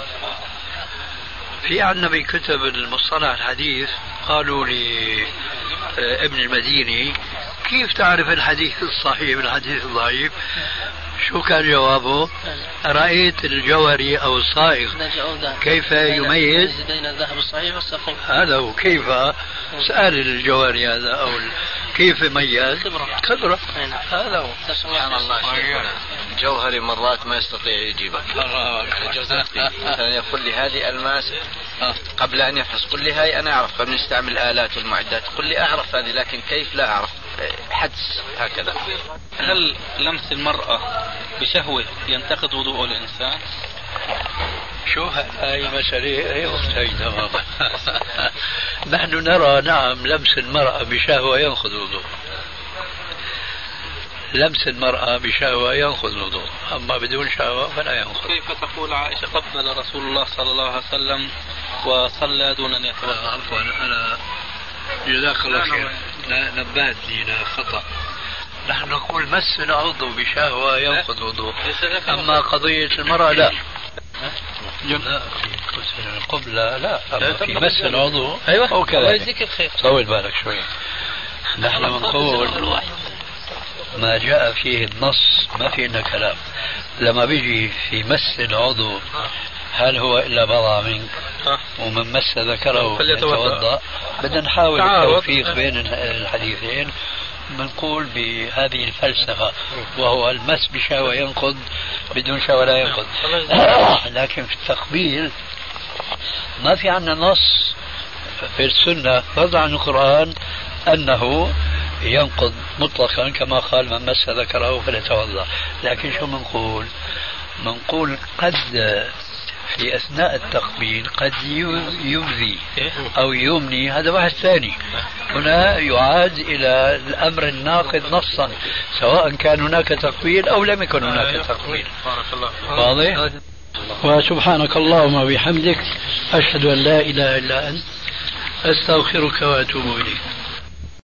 في عندنا بكتب المصطلح الحديث قالوا لابن المديني كيف تعرف الحديث الصحيح من الحديث الضعيف؟ شو كان جوابه؟ رأيت الجوهري أو الصائغ كيف يميز بين الذهب الصحيح والسقيم. هذا هو. كيف سأل الجوهري هذا أو كيف يميز؟ خبرة. هذا هو. سبحان الله. جوهري مرات ما يستطيع يجيبك. مثلا يقول لي هذه ألماس قبل أن يفحص، قل لي هاي أنا أعرف قبل نستعمل الآلات والمعدات، قل لي أعرف هذه لكن كيف لا أعرف، حدس هكذا. هل لمس المرأة بشهوة ينتقد وضوء الإنسان؟ شو هاي مسألة هي وقتها تماما. نحن نرى نعم لمس المرأة بشهوة ينقض وضوء، لمس المرأة بشهوة ينقض وضوء، أما بدون شهوة فلا ينقض. كيف تقول عائشة قبل رسول الله صلى الله عليه وسلم وصلى دون أن يتوضأ؟ عفوا أنا جزاك الله خير نبهتني إلى خطأ. نحن نقول مس العضو بشهوة ينقض وضوء، أما قضية المرأة لا. لا قبلة لا، أما في مس العضو أيوة أو كذا. يجزيك الخير. طول بالك شوي. نحن نقول ما جاء فيه النص ما في إلا كلام. لما بيجي في مس العضو هل هو إلا بضع منك ومن مس ذكره فليتوضأ، بدنا نحاول التوفيق بين الحديثين. بنقول بهذه الفلسفة وهو المس بشهوة ينقض بدون شهوة لا ينقض. لكن في التقبيل ما في عنا نص في السنة فضلا عن القرآن أنه ينقض مطلقا كما قال من مس ذكره فليتوضأ. لكن شو منقول؟ منقول قد في أثناء التقبيل قد يؤذي أو يمني، هذا واحد ثاني. هنا يعاد إلى الأمر الناقض نصا سواء كان هناك تقبيل أو لم يكن هناك تقبيل. واضح؟ وسبحانك اللهم وبحمدك أشهد أن لا إله إلا أنت أستغفرك وأتوب إليك.